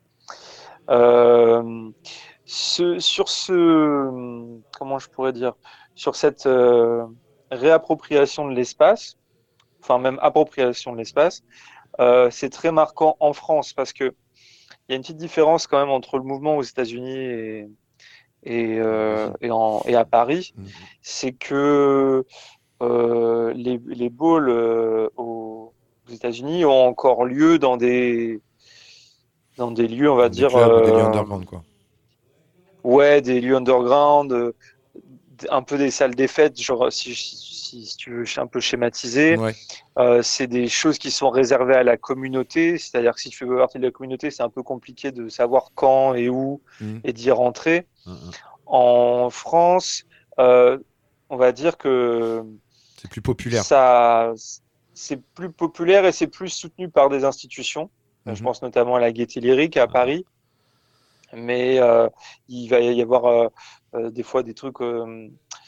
Euh, ce, sur ce, comment je pourrais dire, sur cette euh, réappropriation de l'espace, enfin même appropriation de l'espace, euh, c'est très marquant en France parce que il y a une petite différence quand même entre le mouvement aux États-Unis et et, euh, et, en, et à Paris, Mhm. c'est que euh, les, les balls euh, aux, aux États-Unis ont encore lieu dans des dans des lieux, on va Des dire, clubs ou des lieux euh, underground, quoi. ouais, des lieux underground, euh, un peu des salles des fêtes, genre si, si, si tu veux un peu schématiser. Ouais. Euh, c'est des choses qui sont réservées à la communauté, c'est-à-dire que si tu veux faire partie de la communauté, c'est un peu compliqué de savoir quand et où Mhm. et d'y rentrer. Hum, hum. En France, euh, on va dire que C'est plus populaire. ça, c'est plus populaire et c'est plus soutenu par des institutions. Mhm. Je pense notamment à la Gaîté Lyrique à Paris. Mais euh, il va y avoir euh, euh, des fois des trucs. Euh,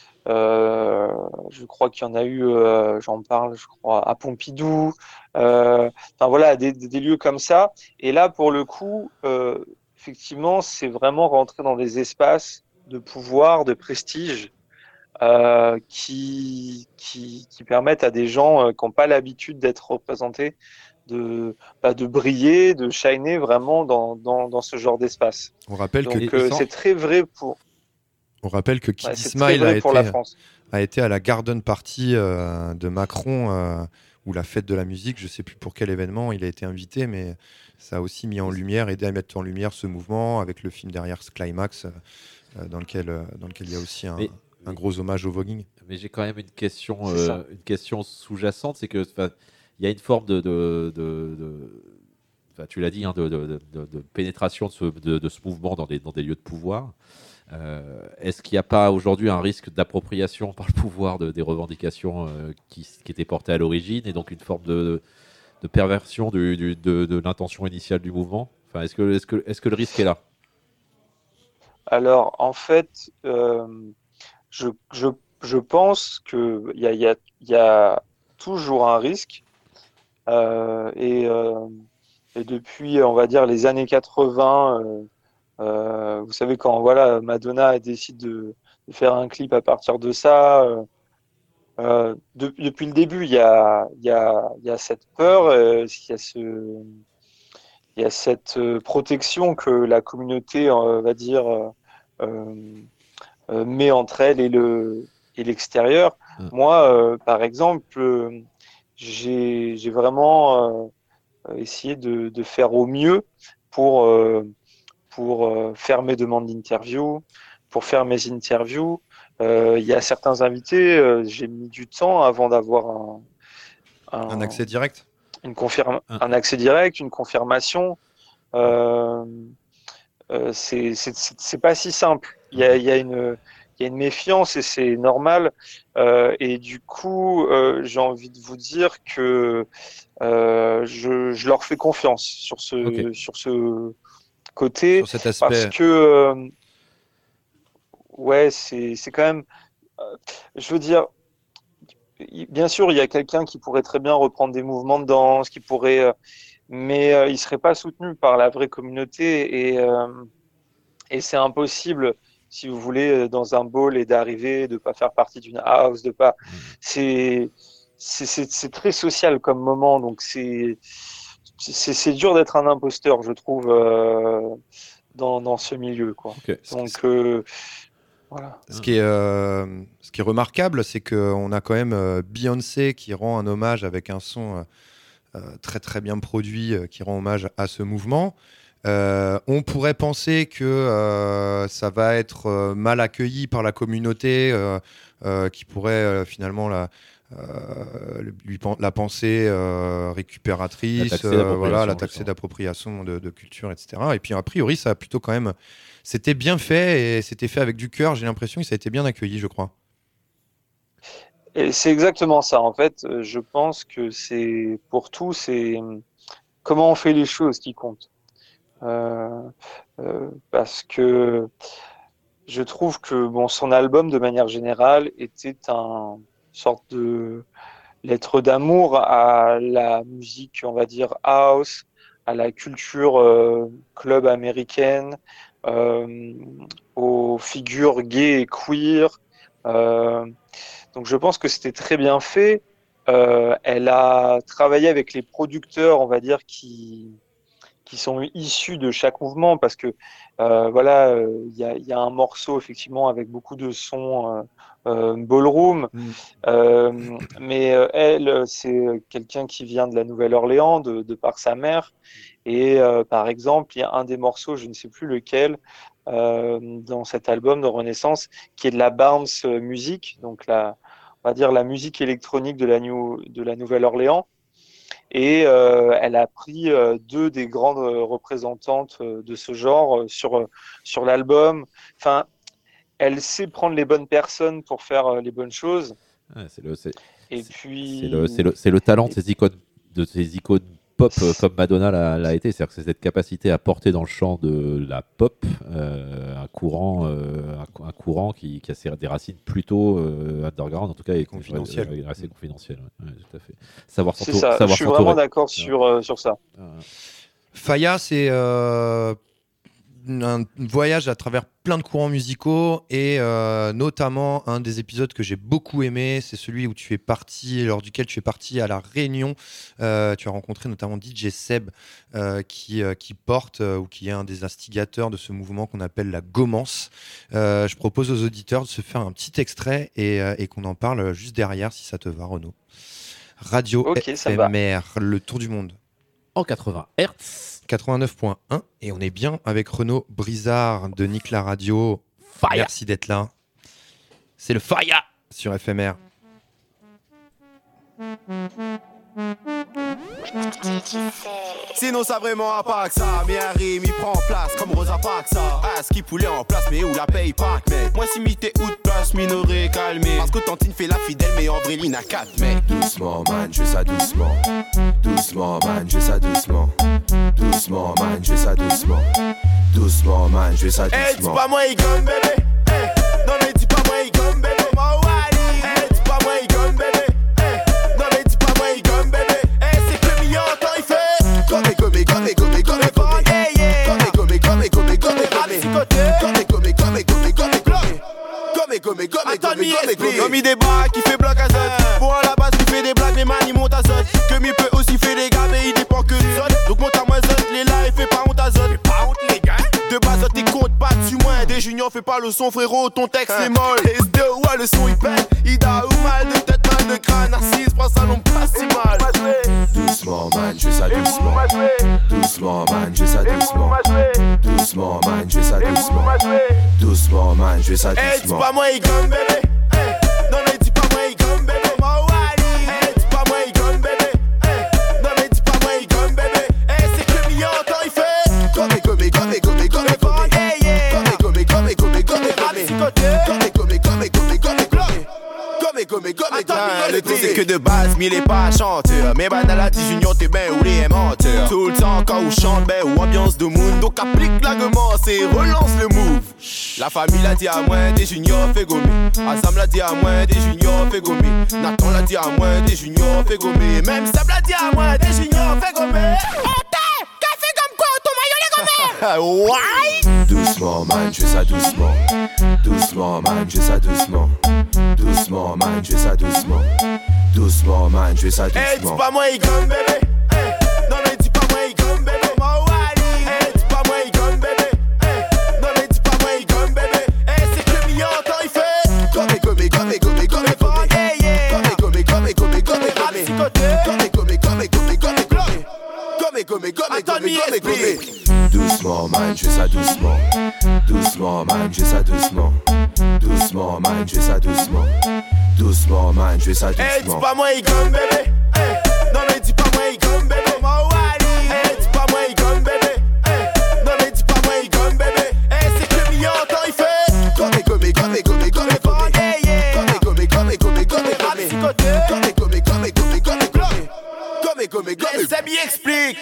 euh, je crois qu'il y en a eu, euh, j'en parle, je crois, à Pompidou. Euh, enfin voilà, des, des lieux comme ça. Et là, pour le coup, euh, effectivement, c'est vraiment rentrer dans des espaces de pouvoir, de prestige, euh, qui, qui, qui permettent à des gens euh, qui n'ont pas l'habitude d'être représentés de, bah, de briller, de shiner vraiment dans, dans, dans ce genre d'espace. On rappelle que, Donc Et- et euh, sans- c'est très vrai pour, on rappelle que Kiddy ouais, c'est très Smile a vrai pour été, la France. a été à la garden party euh, de Macron euh, ou la fête de la musique, je sais plus pour quel événement il a été invité, mais ça a aussi mis en lumière, aidé à mettre en lumière ce mouvement avec le film derrière Climax, euh, dans lequel euh, dans lequel il y a aussi un, Mais- un gros hommage au voguing. Mais j'ai quand même une question, C'est euh, ça. une question sous-jacente, c'est que 'fin, il y a une forme de, de, de- de- 'fin, tu l'as dit, hein, de, de- de- de pénétration de ce, de, de ce mouvement dans des, dans des lieux de pouvoir. Euh, est-ce qu'il n'y a pas aujourd'hui un risque d'appropriation par le pouvoir de, des revendications euh, qui, qui étaient portées à l'origine et donc une forme de, de perversion du, du- de, de l'intention initiale du mouvement? Enfin, est-ce que, est-ce que, est-ce que le risque est là? Alors, en fait, euh, je, je, je pense qu'il y a, il y, a, il y a toujours un risque. Euh, et, euh, et depuis, on va dire, les années quatre-vingts, euh, euh, vous savez, quand voilà, Madonna décide de, de faire un clip à partir de ça, euh, euh, de- depuis le début, il y a, il y a, il y a cette peur, euh, il y a ce, il y a cette euh, protection que la communauté, euh, va dire, euh, euh, euh, met entre elle et le et l'extérieur. Mm. Moi, euh, par exemple, euh, j'ai j'ai vraiment euh, essayé de, de faire au mieux pour euh, pour euh, faire mes demandes d'interview, pour faire mes interviews. Euh, Il y a certains invités, euh, j'ai mis du temps avant d'avoir un, un, Un accès direct. une confirme, Un- un accès direct, une confirmation. Euh, euh, c'est c'est c'est- c'est pas si simple. Il y a, il y a une il y a une méfiance et c'est normal. Euh, et du coup, euh, j'ai envie de vous dire que euh, je, je leur fais confiance sur ce Ok. sur ce côté Sur cet parce aspect. que euh, ouais, c'est c'est quand même. euh, je veux dire, il- bien sûr, il y a quelqu'un qui pourrait très bien reprendre des mouvements de danse, qui pourrait, euh, mais euh, il serait pas soutenu par la vraie communauté et euh, et c'est impossible si vous voulez euh, dans un ball et d'arriver, de pas faire partie d'une house, de pas. C'est c'est c'est c'est très social comme moment, donc c'est c'est c'est dur d'être un imposteur, je trouve, euh, dans dans ce milieu, quoi. Ok. Donc euh, voilà. Ce qui est, euh, ce qui est remarquable, c'est qu'on a quand même euh, Beyoncé qui rend un hommage avec un son euh, très très bien produit euh, qui rend hommage à ce mouvement. Euh, on pourrait penser que euh, ça va être euh, mal accueilli par la communauté euh, euh, qui pourrait euh, finalement la, euh, lui, la penser euh, récupératrice, la euh, voilà, la taxer d'appropriation de, de culture, et cetera. Et puis a priori, ça a plutôt quand même... C'était bien fait et c'était fait avec du cœur. J'ai l'impression que ça a été bien accueilli, je crois. Et c'est exactement ça. En fait, je pense que c'est pour tout, c'est comment on fait les choses qui compte. Euh, euh, parce que je trouve que bon, son album, de manière générale, était un sorte de lettre d'amour à la musique, on va dire house, à la culture euh, club américaine, euh, aux figures gays et queer. Euh, donc je pense que c'était très bien fait. Euh, elle a travaillé avec les producteurs, on va dire, qui qui sont issus de chaque mouvement, parce que euh, voilà, il euh, y, a, y a un morceau effectivement avec beaucoup de sons euh, euh, ballroom, mm. euh, mais euh, elle, c'est quelqu'un qui vient de la Nouvelle-Orléans, de, de par sa mère, et euh, par exemple, il y a un des morceaux, je ne sais plus lequel, euh, dans cet album de Renaissance, qui est de la bounce music, donc la, on va dire la musique électronique de la, New, de la Nouvelle-Orléans. Et euh, elle a pris euh, deux des grandes représentantes euh, de ce genre euh, sur, euh, sur l'album. Enfin, elle sait prendre les bonnes personnes pour faire euh, les bonnes choses. Ouais, c'est, le, c'est, et c'est, puis... c'est, le, c'est, le, c'est le talent de ces icônes, de ces icônes pop euh, comme Madonna l'a, l'a été. C'est-à-dire que c'est cette capacité à porter dans le champ de la pop euh, un courant, euh, un, un courant qui, qui a ses, des racines plutôt euh, underground, en tout cas, et confidentiel. Euh, assez confidentiel. Ouais, ouais, tout à fait. Savoir c'est ça. Savoir Je suis vraiment d'accord sur, euh, sur ça. Euh... Faya, c'est euh, un voyage à travers plein de courants musicaux et euh, notamment un des épisodes que j'ai beaucoup aimé, c'est celui où tu es parti, lors duquel tu es parti à La Réunion. Euh, tu as rencontré notamment D J Seb euh, qui, euh, qui porte euh, ou qui est un des instigateurs de ce mouvement qu'on appelle la Gomance. Euh, je propose aux auditeurs de se faire un petit extrait et, euh, et qu'on en parle juste derrière si ça te va, Renaud. Radio okay, F M R, le tour du monde. En quatre-vingts hertz. quatre-vingt-neuf point un et on est bien avec Renaud Brizard de Nick la Radio. Faya. Merci d'être là. C'est le Faya sur F M R. Sinon ça vraiment à pas que ça, mais un rime il prend place comme Rosa Parks ça. Ah ce qui poulet en place mais où la paye pack mec. Moi si m'ité ou de place minoré calmé. Parce que Tantine fait la fidèle mais en vrai l'ina quatre mec. Doucement man je ça doucement. Doucement man je ça doucement. Doucement man je ça doucement. Doucement man je ça doucement. Eh dis pas moi il gomme bébé. Eh non mais dis pas moi il gomme bébé. Ma wali. Eh dis pas moi il gomme bébé. Comme il débat qui fait bloc à zone. Pour à la base il fait des blagues mais man il monte à zone. Que mi peut aussi faire des gars mais il dépend que du zone. Donc monte à moi zone, les là et fait pas honte à zone. Pas honte les gars. De base t'es compte pas dessus moins. Des juniors fais pas le son frérot, ton texte c'est molle. S deux ouais le son il pète. Ida ou mal de tête, mal de crâne. Narcisse prends ça non pas si mal. Doucement man je ça doucement. Doucement man je ça doucement. Doucement man je ça doucement. Doucement man je ça doucement. Eh dis pas moi il gomme bébé. Non mais dis pas moi il gomme bébé. Ma wali. Eh dis pas moi il gomme bébé. Non mais dis pas moi il gomme bébé. Eh c'est que mi entend il fait. Gomme gomme gomme gomme gomme gomme. Gomme gomme gomme gomme gomme gomme. Gomme gomme gomme gomme gomme. Gomme gomme gomme gomme. Le truc c'est que de base mille est pas chanteur. Mais bah dans la dix junior t'es ben ou les menteurs. Tout le temps quand on chante ben ou ambiance de moon. Donc applique la gommance et relance le move. La famille l'a dit à moi des juniors fait gommer. Azam l'a dit à moi des juniors fait gommer. Nathan l'a dit à moi des juniors fait gommer. Même Seb l'a dit à moi des juniors fait gommer. Hey, qu'a fait comme quoi ton maillot les gommer. Why? Doucement man je ça doucement. Doucement man je ça doucement. Doucement man je ça doucement. Doucement man je ça doucement. Eh dis pas moi il gomme bébé. Non mais dis pas moi il gomme bébé. Ma wali. Eh dis pas moi il gomme bébé. Non mais dis pas moi il gomme bébé. Eh c'est que mi entend il fait. Gomme gomme gomme gomme gomme gomme. Gomme gomme gomme gomme gomme gomme. Gomme gomme gomme gomme gomme. gommé, gommé, gommé, gommé, gommé. Doucement man, je fais ça doucement. Doucement man, je fais ça doucement. Doucement man, je fais ça doucement. Doucement man, je fais ça doucement. Eh, dis pas moi il gomme bébé. Eh, non mais dis pas moi il gomme bébé. Eh, dis pas moi il gomme bébé. Eh, non mais dis pas moi il gomme bébé. Eh, c'est que le million quand il fait. Gommé, gommé, gommé, gommé, gommé, gommé. Gommé, gommé, gommé, gommé, gommé, gommé. Gommé, gommé, gommé, gommé, gommé, gommé. Gommé, gommé, gommé. Les amis expliquent.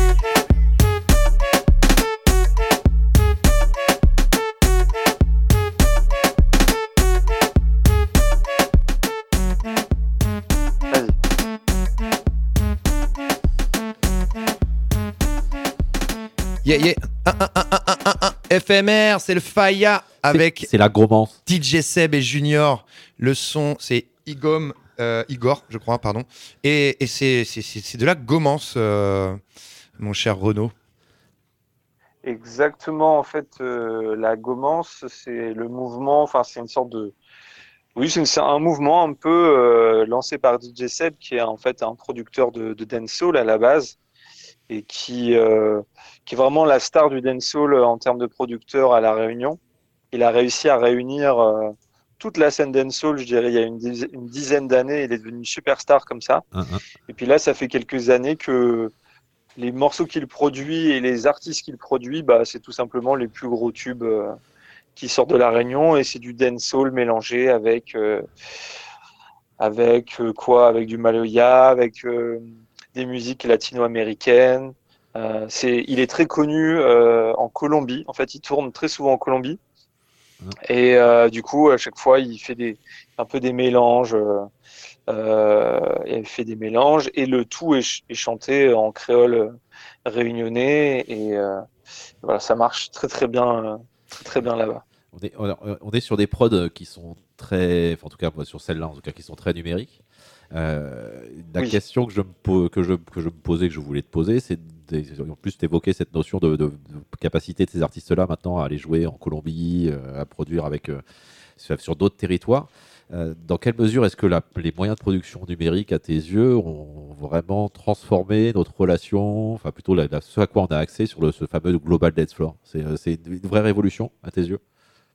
Yeah, yeah. Un, un, un, un, un, un, un. F M R, c'est le Faya avec C'est, c'est la gromance. D J Seb et Junior. Le son, c'est Igom, euh, Igor, je crois, pardon. Et, et c'est, c'est, c'est, c'est de la gomance, euh, mon cher Renaud. Exactement, en fait, euh, la gomance, c'est le mouvement, enfin, c'est une sorte de. Oui, c'est, une- c'est un mouvement un peu euh, lancé par D J Seb, qui est en fait un producteur de, de dancehall à la base, et qui, euh, qui est vraiment la star du dancehall en termes de producteur à La Réunion. Il a réussi à réunir euh, toute la scène dancehall, je dirais, il y a une, dizaine, une dizaine d'années. Il est devenu superstar comme ça. Hein, hein. Et puis là, ça fait quelques années que les morceaux qu'il produit et les artistes qu'il produit, bah, c'est tout simplement les plus gros tubes euh, qui sortent de La Réunion. Et c'est du dancehall mélangé avec, euh, avec euh, quoi? Avec du Maloya, avec euh, des musiques latino-américaines. Euh, c'est, il est très connu euh, en Colombie. En fait, il tourne très souvent en Colombie. Et euh, du coup, à chaque fois, il fait des, un peu des mélanges. Euh, euh, il fait des mélanges et le tout est, ch- est chanté en créole réunionnais. Et euh, voilà, ça marche très très bien, euh, très très bien là-bas. On est, on, on est sur des prods qui sont très, enfin, en tout cas moi, sur celle-là, en tout cas, qui sont très numériques. Euh, la Oui. question que je, me po- que, je, que je me posais, que je voulais te poser, c'est des- en plus d'évoquer cette notion de, de- de capacité de ces artistes-là maintenant à aller jouer en Colombie, euh, à produire avec, euh, sur, sur d'autres territoires. Euh, dans quelle mesure est-ce que la- les moyens de production numérique, à tes yeux, ont vraiment transformé notre relation, enfin plutôt la, la- ce à quoi on a accès sur le, ce fameux Global Dance Floor? C'est, euh, c'est une vraie révolution à tes yeux?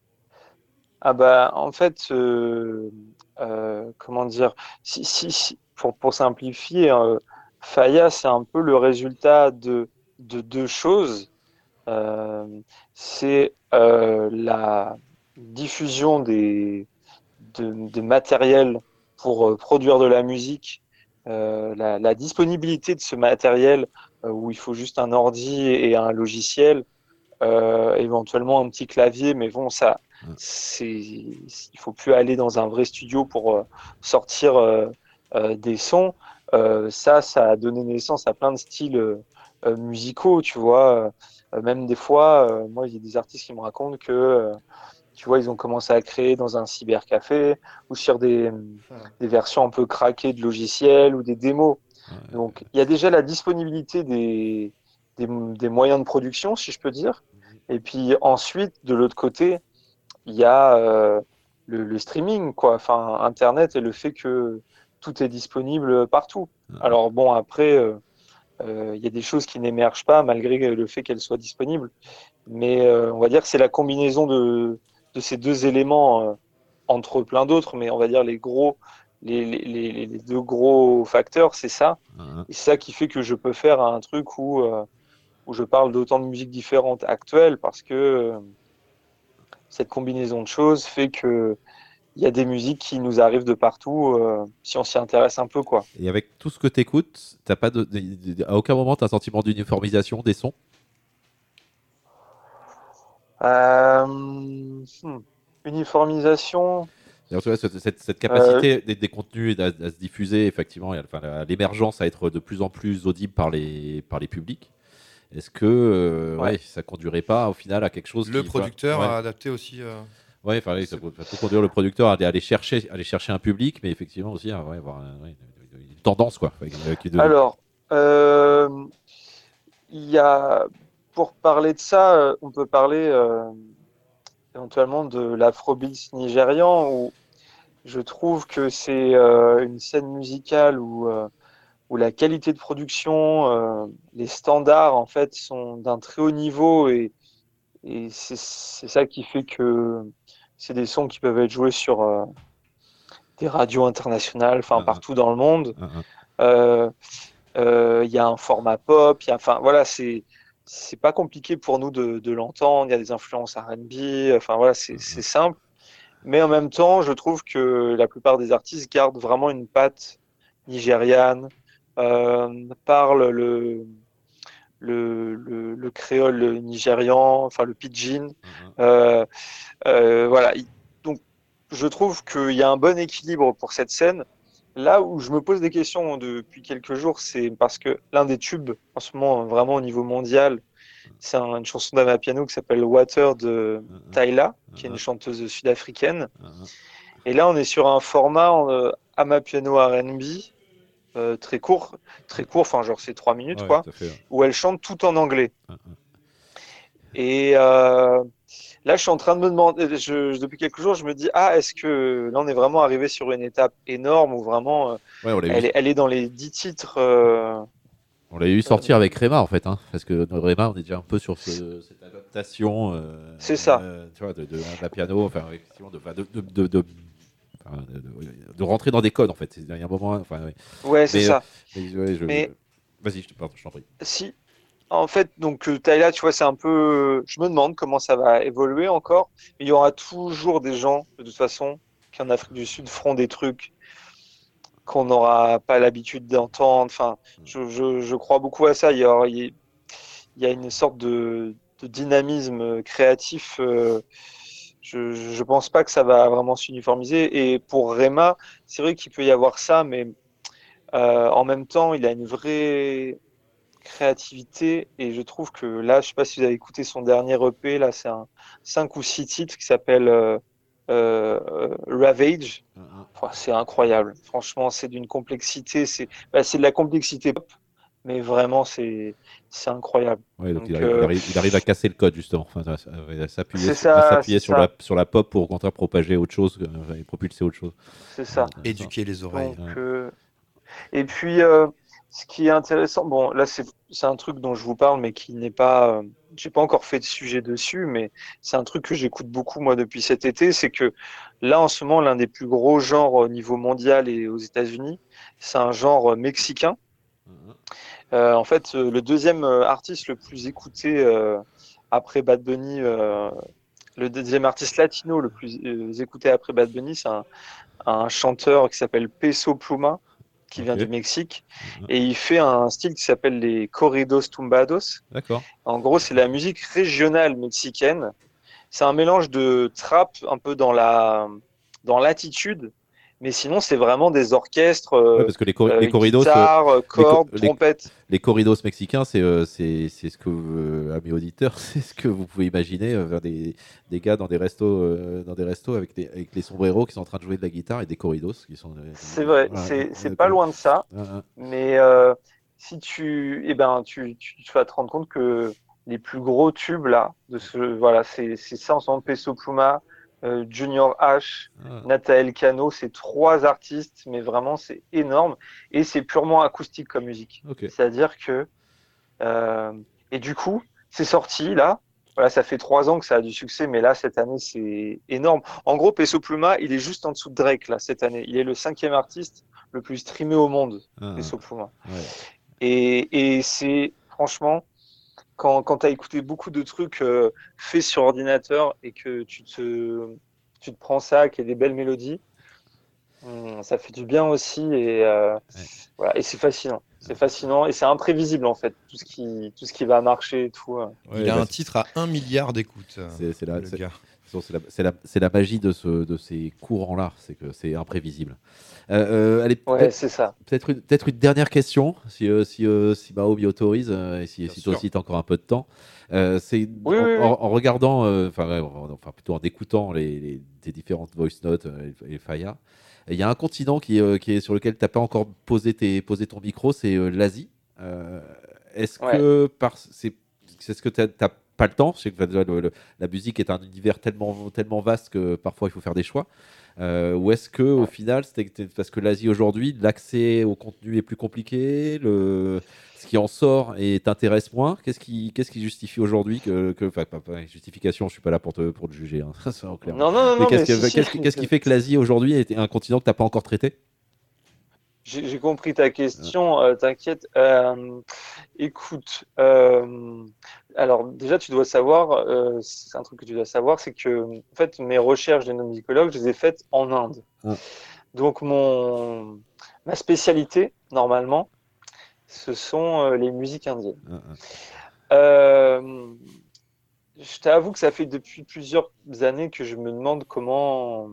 Ah bah en fait, euh, euh, comment dire, si, si, si- pour, pour simplifier, euh, Faya, c'est un peu le résultat de, de deux choses. Euh, c'est euh, la diffusion des, de, des matériels pour euh, produire de la musique, euh, la, la disponibilité de ce matériel euh, où il faut juste un ordi et un logiciel, euh, éventuellement un petit clavier, mais bon, ça, c'est, il faut plus aller dans un vrai studio pour euh, sortir euh, euh, des sons. Euh, ça, ça a donné naissance à plein de styles euh, euh, musicaux, tu vois. Euh, même des fois, euh, moi, il y a des artistes qui me racontent que, euh, tu vois, ils ont commencé à créer dans un cybercafé ou sur des, des versions un peu craquées de logiciels ou des démos. Donc, il y a déjà la disponibilité des, des, des moyens de production, si je peux dire. Et puis ensuite, de l'autre côté, il y a euh, le, le streaming, quoi. Enfin, Internet et le fait que tout est disponible partout. Alors bon, après, euh, euh, il y a des choses qui n'émergent pas malgré le fait qu'elles soient disponibles. Mais euh, on va dire que c'est la combinaison de, de ces deux éléments, euh, entre plein d'autres, mais on va dire les gros, les, les, les, les deux gros facteurs, c'est ça. Et c'est ça qui fait que je peux faire un truc où, euh, où je parle d'autant de musiques différentes actuelles parce que euh, cette combinaison de choses fait que il y a des musiques qui nous arrivent de partout euh, si on s'y intéresse un peu, quoi. Et avec tout ce que tu écoutes, t'as pas de, de- de- à aucun moment tu as un sentiment d'uniformisation des sons? Euh, hmm, uniformisation. D'ailleurs, tu vois, cette, cette- cette capacité des, des contenus à, à se diffuser, effectivement, et à, enfin, à l'émergence à être de plus en plus audible par les, par les publics, est-ce que euh, ouais. Ouais. ça conduirait pas au final à quelque chose Le qui, producteur ouais. a adapté aussi. euh, Ouais, enfin, oui, ça peut, ça peut conduire le producteur à aller, aller chercher, aller chercher un public, mais effectivement aussi à ouais, avoir un- ouais, une, une tendance, quoi. euh, qui est de- Alors, euh, il y a, pour parler de ça, euh, on peut parler euh, éventuellement de l'afrobeat nigérian, où je trouve que c'est euh, une scène musicale où euh, où la qualité de production, euh, les standards en fait sont d'un très haut niveau et, et c'est, c'est ça qui fait que c'est des sons qui peuvent être joués sur euh, des radios internationales, enfin Ah, partout dans le monde. ah, ah. Euh, euh, Il y a un format pop, il y a, enfin voilà, c'est c'est pas compliqué pour nous de, de l'entendre. Il y a des influences R and B, enfin voilà, c'est c'est simple. Mais en même temps, je trouve que la plupart des artistes gardent vraiment une patte nigériane, euh, parlent le, le, le, le créole nigérian, enfin le pidgin. Euh, euh, voilà. Donc, je trouve qu'il y a un bon équilibre pour cette scène. Là où je me pose des questions depuis quelques jours, c'est parce que l'un des tubes, en ce moment, vraiment au niveau mondial, c'est un- une chanson d'Amapiano qui s'appelle Water de Tyla, qui est une chanteuse sud-africaine. Et là, on est sur un format euh, Amapiano R and B, euh, très court, très court, enfin genre c'est trois minutes Ouais, quoi, tout à fait, ouais. où elle chante tout en anglais. Et euh, là, je suis en train de me demander, je, je- depuis quelques jours, je me dis, ah, est-ce que là, on est vraiment arrivé sur une étape énorme où vraiment, euh, Ouais, on l'a elle, vu. est, elle est dans les dix titres. euh, On l'a eu sortir avec Rema en fait, hein, parce que dans Rema on est déjà un peu sur ce- cette adaptation. euh, C'est ça. euh, tu vois, de, de, la piano, enfin, effectivement, de, de, de, de, de, enfin, de- de- de rentrer dans des codes en fait. Il y a un moment, enfin, ouais. Ouais, c'est Mais, ça. euh, mais, ouais, je- Mais- Vas-y, je te, pardon, je t'en prie. Si, en fait, donc euh, Tyla, tu vois, c'est un peu. Je me demande comment ça va évoluer encore. Mais il y aura toujours des gens, de toute façon, qui en Afrique du Sud feront des trucs qu'on n'aura pas l'habitude d'entendre. Enfin, je, je, je crois beaucoup à ça. Il y a, il y a une sorte de, de dynamisme créatif. euh, je, je pense pas que ça va vraiment s'uniformiser. Et pour Rema, c'est vrai qu'il peut y avoir ça, mais euh, en même temps, il a une vraie créativité et je trouve que là, je sais pas si vous avez écouté son dernier E P, là, c'est un cinq ou six titres qui s'appelle euh, euh, euh, Ravage. Enfin, c'est incroyable. Franchement, c'est d'une complexité, c'est bah, c'est de la complexité pop, mais vraiment, c'est c'est incroyable. Ouais, donc, Donc, il, arrive, euh, il, arrive, il arrive à casser le code justement, enfin, à, à- à s'appuyer, C'est sur, à ça, s'appuyer c'est sur, ça. la, sur la pop pour au contraire propager autre chose euh, et propulser autre chose. C'est ça. Éduquer les oreilles. Donc, euh, et puis, euh, ce qui est intéressant, bon, là, c'est c'est un truc dont je vous parle, mais qui n'est pas. Euh, j'ai pas encore fait de sujet dessus, mais c'est un truc que j'écoute beaucoup, moi, depuis cet été. C'est que là, en ce moment, l'un des plus gros genres au niveau mondial et aux États-Unis, c'est un genre mexicain. Euh, en fait, euh, le deuxième euh, artiste le plus écouté euh, après Bad Bunny, euh, le deuxième artiste latino le plus euh, écouté après Bad Bunny, c'est un, un chanteur qui s'appelle Peso Pluma, qui vient Ok. du Mexique, et il fait un style qui s'appelle les corridos tumbados. D'accord. En gros, c'est la musique régionale mexicaine. C'est un mélange de trap un peu dans la dans l'attitude, mais sinon c'est vraiment des orchestres, euh, Ouais, parce que les, cor- euh, les corridos, guitare, euh, les co- cordes, les- trompettes. les corridos mexicains, c'est euh, c'est c'est ce que euh, amis auditeurs, c'est ce que vous pouvez imaginer euh, vers des, des gars dans des restos euh, dans des restos avec des avec les sombreros qui sont en train de jouer de la guitare et des corridos qui sont. euh, C'est vrai, voilà, c'est euh, c'est euh, pas loin de ça. euh, euh, Mais euh, si tu, eh ben, tu, tu, tu vas te rendre compte que les plus gros tubes là, de ce, voilà, c'est c'est ça en ce moment, Peso Pluma, euh, Junior H, Ah. Nathael Cano, c'est trois artistes, mais vraiment c'est énorme et c'est purement acoustique comme musique. Ok. C'est-à-dire que euh, et du coup, c'est sorti là. Voilà, ça fait trois ans que ça a du succès, mais là cette année c'est énorme. En gros, Peso Pluma, il est juste en dessous de Drake là cette année. Il est le cinquième artiste le plus streamé au monde, Ah. Peso Pluma. Ouais. Et, et c'est franchement, quand, quand tu as écouté beaucoup de trucs euh, faits sur ordinateur et que tu te, tu te prends ça, qu'il y a des belles mélodies, hum, ça fait du bien aussi. Et, euh, voilà, et c'est fascinant. C'est fascinant et c'est imprévisible en fait, tout ce qui, tout ce qui va marcher et tout. euh. Il Ouais, a bah, un titre à un milliard d'écoutes. euh, C'est c'est la, le c'est- gars. c'est la, c'est la, c'est la magie de, ce, de ces courants-là, c'est que c'est imprévisible. Euh, euh, allez, Ouais, peut-être- c'est ça. Peut-être une, peut-être une dernière question, si, euh, si, euh, si Mao m'y autorise, euh, et si, Bien si toi sûr. aussi tu as encore un peu de temps. Euh, c'est Oui, en, oui, oui. en- en regardant, euh, enfin ouais, en- enfin plutôt en écoutant les, les, tes différentes voice notes euh, et, et Faya, il y a un continent qui, euh, qui est sur lequel tu n'as pas encore posé, tes, posé ton micro, c'est euh, l'Asie. Euh, est-ce Ouais. que par, c'est, c'est ce que tu as pas le temps. Je sais que le, le, la musique est un univers tellement, tellement vaste que parfois il faut faire des choix. Euh, ou est-ce que au final, c'était parce que l'Asie aujourd'hui, l'accès au contenu est plus compliqué, le, ce qui en sort et t'intéresse moins. Qu'est-ce qui, qu'est-ce qui justifie aujourd'hui que, que, enfin, pas, pas justification, je suis pas là pour te, pour te juger. Hein, ça, c'est en clair. Non, non, non. Mais non qu'est-ce, mais que, si, qu'est-ce, si. qu'est-ce qui fait que l'Asie aujourd'hui est un continent que t'as pas encore traité? J'ai, j'ai compris ta question, euh, t'inquiète. Euh, écoute, euh, alors déjà tu dois savoir, euh, c'est un truc que tu dois savoir, c'est que en fait mes recherches d'ethnomusicologue, je les ai faites en Inde. Ouais. Donc mon ma spécialité normalement, ce sont euh, les musiques indiennes. Ouais. Euh, je t'avoue que ça fait depuis plusieurs années que je me demande comment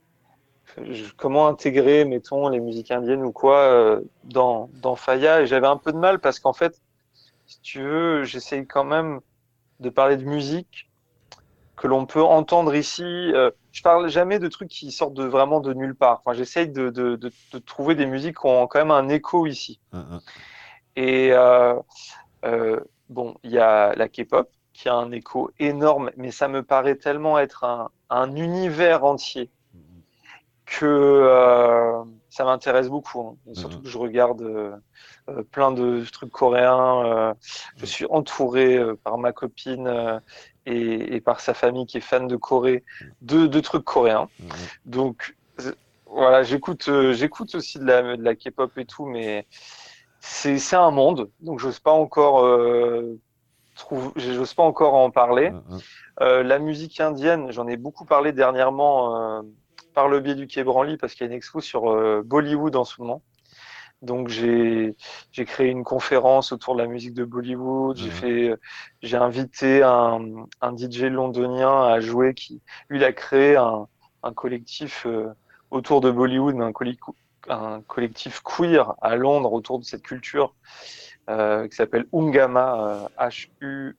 comment intégrer, mettons, les musiques indiennes ou quoi euh, dans, dans Faya. Et j'avais un peu de mal parce qu'en fait, si tu veux, j'essaye quand même de parler de musique que l'on peut entendre ici. Euh, je parle jamais de trucs qui sortent de, vraiment de nulle part. Enfin, j'essaye de, de, de, de trouver des musiques qui ont quand même un écho ici. Uh-huh. Et euh, euh, bon, il y a la K-pop qui a un écho énorme, mais ça me paraît tellement être un, un univers entier que euh, ça m'intéresse beaucoup. Hein. Surtout que je regarde euh, euh, plein de trucs coréens. Euh, je suis entouré euh, par ma copine euh, et, et par sa famille qui est fan de Corée, de, de trucs coréens. Donc euh, voilà, j'écoute, euh, j'écoute aussi de la, de la K-pop et tout, mais c'est, c'est un monde. Donc j'ose pas encore, euh, trouve, j'ose pas encore en parler. Euh, la musique indienne, j'en ai beaucoup parlé dernièrement. Euh, par le biais du Quai Branly, parce qu'il y a une expo sur euh, Bollywood en ce moment. Donc j'ai j'ai créé une conférence autour de la musique de Bollywood. J'ai fait j'ai invité un, un D J londonien à jouer qui lui il a créé un, un collectif euh, autour de Bollywood, mais un, colli- un collectif queer à Londres autour de cette culture euh, qui s'appelle Ungama, euh, H U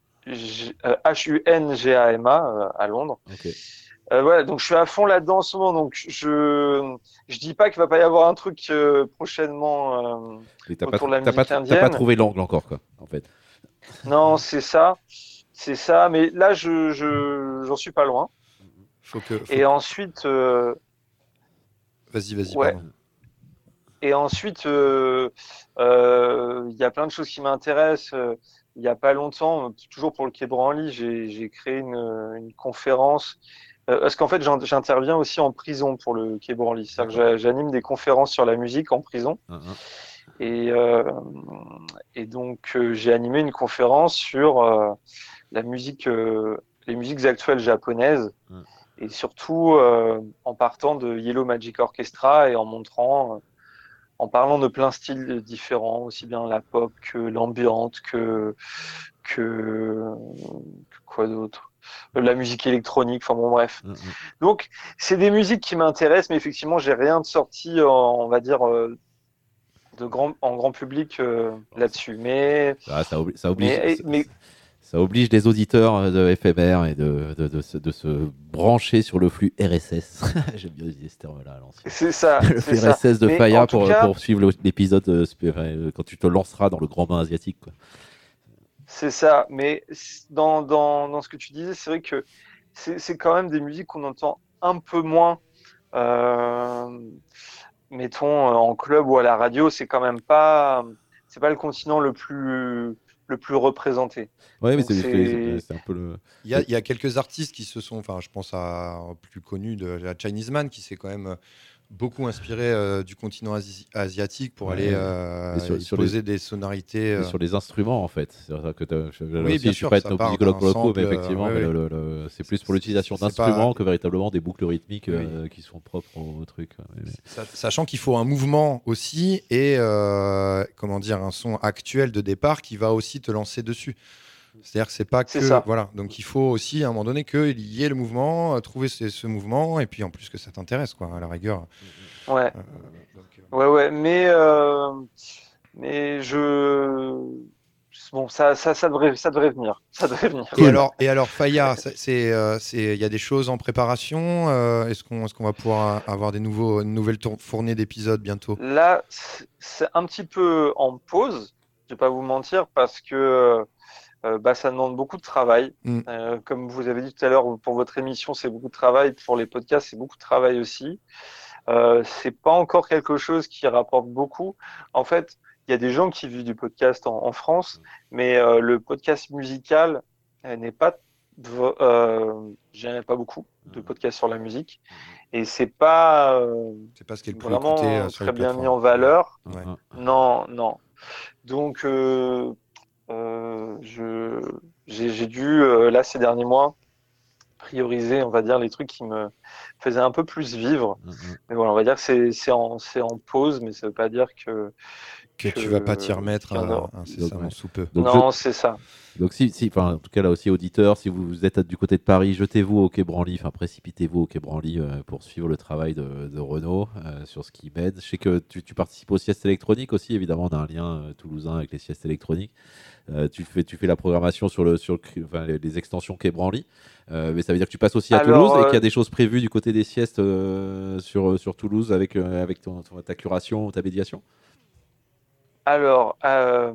N G A M A euh, à Londres. Okay. Euh, voilà, donc je suis à fond là-dedans en ce moment. Donc je je dis pas qu'il va pas y avoir un truc euh, prochainement euh, autour pas, de la t'as musique pas, indienne. T'as pas trouvé l'angle encore, quoi, en fait. Non, c'est ça, c'est ça. Mais là, je je j'en suis pas loin. Faut que. Faut Et que... ensuite. Euh... Vas-y, vas-y. Ouais. Pardon. Et ensuite, il euh, euh, y a plein de choses qui m'intéressent. Il y a pas longtemps, toujours pour le Quai Branly, j'ai j'ai créé une une conférence. Parce qu'en fait, j'interviens aussi en prison pour le Quai Branly. C'est-à-dire que j'anime des conférences sur la musique en prison. Uh-huh. Et, euh, et donc, euh, j'ai animé une conférence sur euh, la musique, euh, les musiques actuelles japonaises. Uh-huh. Et surtout euh, en partant de Yellow Magic Orchestra et en montrant, euh, en parlant de plein de styles différents, aussi bien la pop que l'ambiante, que, que, que quoi d'autre, la musique électronique, enfin bon bref. Mmh. Donc c'est des musiques qui m'intéressent, mais effectivement j'ai rien de sorti, en, on va dire, euh, de grand, en grand public euh, là-dessus. Mais ah, ça, obli- ça oblige. Mais, ça, mais... ça oblige les auditeurs de F M R et de, de, de, de, de se brancher sur le flux R S S. J'aime bien utiliser ce terme-là à l'ancienne. C'est ça. Le c'est flux R S S ça. de mais Faya pour, cas... pour suivre l'épisode euh, quand tu te lanceras dans le grand bain asiatique, quoi. C'est ça, mais dans, dans, dans ce que tu disais, c'est vrai que c'est, c'est quand même des musiques qu'on entend un peu moins, euh, mettons, en club ou à la radio, c'est quand même pas, c'est pas le continent le plus, le plus représenté. Ouais, mais c'est, c'est... c'est un peu le... Il y a, il y a quelques artistes qui se sont, enfin, je pense à un plus connu de la Chinese Man qui s'est quand même beaucoup inspiré euh, du continent asi- asiatique pour ouais, aller euh, sur, sur poser les, des sonorités euh... sur les instruments en fait. C'est vrai que je, oui, aussi, bien je sûr, suis pas ethnomusicologue pour le coup, mais effectivement, euh, ouais, mais ouais. le, le, le, c'est plus pour l'utilisation c'est, d'instruments c'est pas... que véritablement des boucles rythmiques oui. euh, qui sont propres au, au truc. Mais, mais... Sachant qu'il faut un mouvement aussi et euh, comment dire un son actuel de départ qui va aussi te lancer dessus. C'est-à-dire que c'est pas c'est que ça. Voilà, donc il faut aussi à un moment donné qu'il y ait le mouvement, euh, trouver ce, ce mouvement et puis en plus que ça t'intéresse quoi, à la rigueur. Ouais. Euh, donc, euh... Ouais ouais, mais euh, mais je bon ça ça ça devrait ça devrait venir, ça devrait venir. Et alors et alors Faya, c'est euh, c'est il y a des choses en préparation. Euh, est-ce qu'on est-ce qu'on va pouvoir avoir des nouveaux une nouvelle tour- fournée d'épisodes bientôt? Là, c'est un petit peu en pause. Je vais pas vous mentir parce que euh, bah, ça demande beaucoup de travail. Mm. Euh, comme vous avez dit tout à l'heure, pour votre émission, c'est beaucoup de travail. Pour les podcasts, c'est beaucoup de travail aussi. Euh, c'est pas encore quelque chose qui rapporte beaucoup. En fait, il y a des gens qui vivent du podcast en, en France, mais euh, le podcast musical euh, n'est pas, euh, j'ai pas beaucoup de podcasts sur la musique, et c'est pas, euh, C'est pas ce qui est le plus vraiment écouté euh, sur très les bien mis plateformes. en valeur. Ouais. Non, non. Donc, euh, euh, je, j'ai, j'ai dû euh, là ces derniers mois prioriser, on va dire, les trucs qui me faisaient un peu plus vivre. Mm-hmm. Mais voilà, on va dire que c'est, c'est, en, c'est en pause, mais ça veut pas dire que. Que, que tu vas pas t'y remettre euh, incessamment ouais. sous peu. Donc, non, je... c'est ça. Donc si, si, enfin, en tout cas là aussi auditeurs, si vous êtes du côté de Paris, jetez-vous au Quai Branly, enfin précipitez-vous au Quai Branly euh, pour suivre le travail de, de Renaud euh, sur ce qui m'aide. Je sais que tu, tu participes aux siestes électroniques aussi, évidemment on a un lien euh, toulousain avec les siestes électroniques. Euh, tu fais, tu fais la programmation sur le, sur le, enfin, les, les extensions Quai Branly, euh, mais ça veut dire que tu passes aussi à Alors, Toulouse et euh... qu'il y a des choses prévues du côté des siestes euh, sur, sur Toulouse avec, euh, avec ton, ton, ta curation, ta médiation. Alors, euh,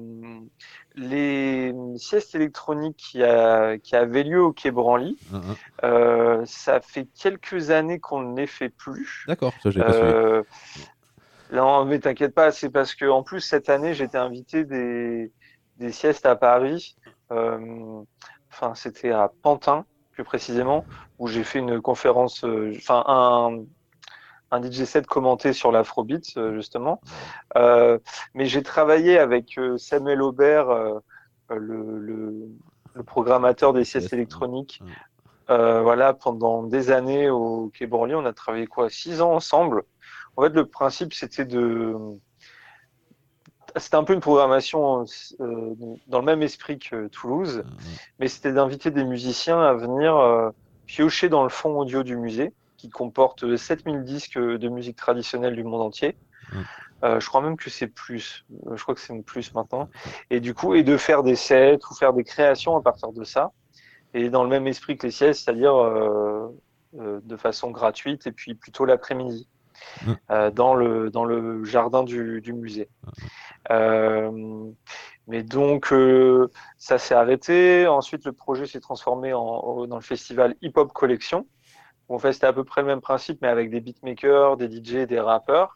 les siestes électroniques qui, a, qui avaient lieu au Quai Branly, uh-huh. euh, ça fait quelques années qu'on ne les fait plus. D'accord, ça je l'ai pas euh, suivi. Non, mais t'inquiète pas, c'est parce que en plus cette année j'étais invité des, des siestes à Paris. Euh, enfin, c'était à Pantin plus précisément, où j'ai fait une conférence, enfin euh, un un D J set commenté sur l'afrobeat, justement. Euh, mais j'ai travaillé avec Samuel Aubert, euh, le, le, le programmateur des siestes électroniques, euh, voilà, pendant des années au Quai Branly. On a travaillé quoi, six ans ensemble. En fait, le principe, c'était de... C'était un peu une programmation euh, dans le même esprit que Toulouse, mais c'était d'inviter des musiciens à venir euh, piocher dans le fond audio du musée, qui comporte sept mille disques de musique traditionnelle du monde entier. Mmh. Euh, je crois même que c'est plus. Je crois que c'est plus maintenant. Et du coup, et de faire des sets ou faire des créations à partir de ça. Et dans le même esprit que les siestes, c'est-à-dire euh, euh, de façon gratuite et puis plutôt l'après-midi, mmh. euh, dans, le, dans le jardin du, du musée. Mmh. Euh, mais donc, euh, ça s'est arrêté. Ensuite, le projet s'est transformé en, dans le festival Hip Hop Collection. En fait, c'était à peu près le même principe, mais avec des beatmakers, des D J, des rappeurs.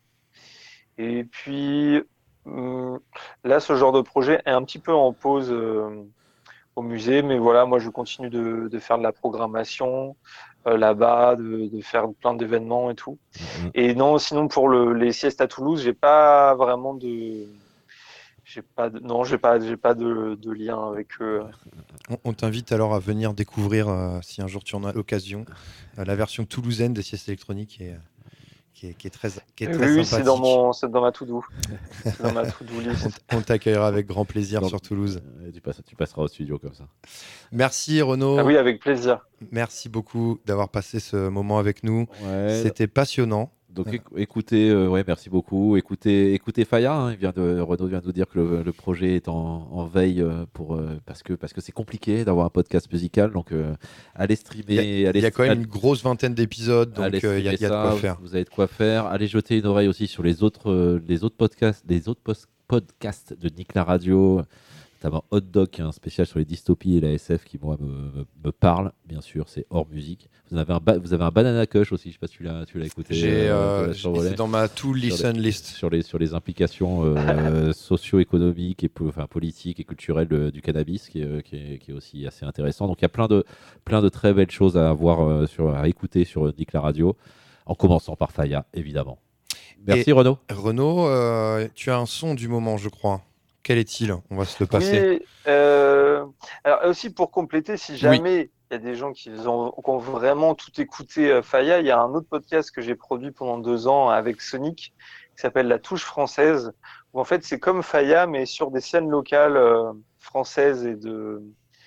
Et puis, euh, là, ce genre de projet est un petit peu en pause euh, au musée. Mais voilà, moi, je continue de, de faire de la programmation euh, là-bas, de, de faire plein d'événements et tout. Mmh. Et non, sinon, pour le, les siestes à Toulouse, j'ai pas vraiment de... J'ai pas de, non, j'ai pas, j'ai pas de, de lien avec eux. On, on t'invite alors à venir découvrir, euh, si un jour tu en as l'occasion, euh, la version toulousaine des siestes électroniques et, euh, qui, est, qui est très, qui est très oui, sympathique. c'est dans mon, c'est dans ma to-do. C'est dans ma to-do list. On, on t'accueillera avec grand plaisir Donc, sur Toulouse. Euh, tu, passes, tu passeras au studio comme ça. Merci Renaud. Ah oui, avec plaisir. Merci beaucoup d'avoir passé ce moment avec nous. Ouais. C'était passionnant. Donc éc- écoutez, euh, ouais, merci beaucoup. Écoutez, écoutez Faya. Hein, il vient de, Renaud vient de nous dire que le, le projet est en, en veille euh, pour euh, parce que parce que c'est compliqué d'avoir un podcast musical. Donc euh, allez streamer. Il y a, allez, il y a quand même allez, une grosse vingtaine d'épisodes, donc il euh, y, y a de quoi faire. Vous avez de quoi faire. Allez jeter une oreille aussi sur les autres euh, les autres podcasts, les autres post- podcasts de Nick la Radio. Notamment Hot Dog, qui est un spécial sur les dystopies et la S F qui, moi, me, me, me parle, bien sûr, c'est hors musique. Vous avez un, ba- vous avez un Banana Kush aussi, je ne sais pas si tu l'as, tu l'as écouté. J'ai, euh, c'est dans ma to listen sur les, list. Sur les, sur les implications euh, socio-économiques, et, enfin, politiques et culturelles de, du cannabis, qui est, qui, est, qui est aussi assez intéressant. Donc il y a plein de, plein de très belles choses à, avoir, euh, sur, à écouter sur Nick la Radio, en commençant par Faya, évidemment. Merci et Renaud. Renaud, euh, tu as un son du moment, je crois. Quel est-il ? On va se le passer. Oui, euh, alors aussi pour compléter, si jamais il oui. y a des gens qui ont, qui ont vraiment tout écouté euh, Faya, il y a un autre podcast que j'ai produit pendant deux ans avec Sonic qui s'appelle La Touche Française, où en fait c'est comme Faya mais sur des scènes locales euh, françaises et de,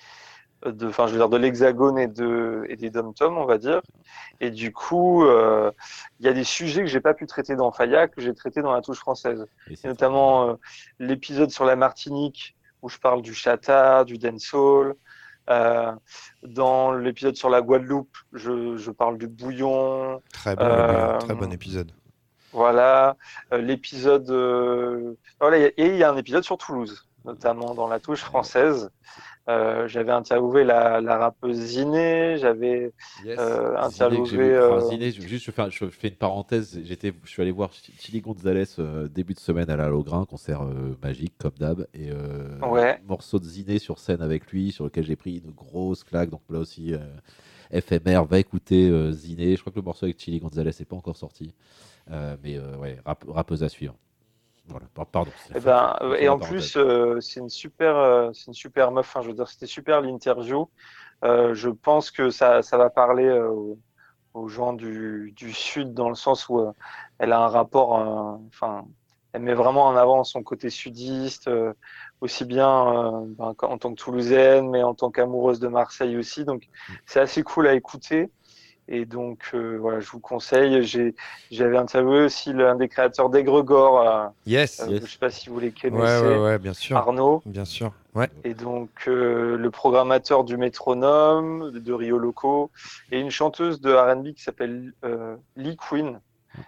de, enfin je veux dire de l'Hexagone et de et des dom-toms, on va dire. Et du coup, il euh, y a des sujets que j'ai pas pu traiter dans Faya que j'ai traités dans La Touche Française, et et notamment euh, l'épisode sur la Martinique où je parle du chata, du dancehall. Euh, dans l'épisode sur la Guadeloupe, je, je parle du bouillon. Très bon, euh, très bon épisode. Voilà, euh, l'épisode. Euh... Voilà, et il y a un épisode sur Toulouse. notamment dans la touche française. Euh, j'avais interviewé la, la rappeuse Ziné, j'avais yes. euh, Ziné interviewé... Euh... Enfin, Ziné, je, juste, je fais, je fais une parenthèse, J'étais, je suis allé voir Chili Gonzalez euh, début de semaine à la Logrin, concert euh, magique comme d'hab, et euh, ouais. morceau de Ziné sur scène avec lui, sur lequel j'ai pris une grosse claque, donc là aussi... Euh, F M R, va écouter euh, Ziné. Je crois que le morceau avec Chili Gonzalez n'est pas encore sorti. Euh, mais euh, ouais, rap, rappeuse à suivre. Voilà, pardon. Et, ben, et en plus, euh, c'est, une super, euh, c'est une super meuf. Enfin, je veux dire, c'était super l'interview. Euh, je pense que ça, ça va parler euh, aux, aux gens du, du Sud, dans le sens où euh, elle a un rapport. Enfin, euh, elle met vraiment en avant son côté sudiste, euh, aussi bien euh, ben, en tant que Toulousaine, mais en tant qu'amoureuse de Marseille aussi. Donc, c'est assez cool à écouter. Et donc, euh, voilà, je vous conseille. J'ai, j'avais interviewé aussi l'un des créateurs d'Aigregor. Euh, yes, euh, yes. Je ne sais pas si vous les connaissez. Ouais, ouais, ouais, bien sûr. Arnaud. Bien sûr, ouais. Et donc, euh, le programmateur du Métronome, de, de Rio Loco, et une chanteuse de R and B qui s'appelle euh, Lee Queen.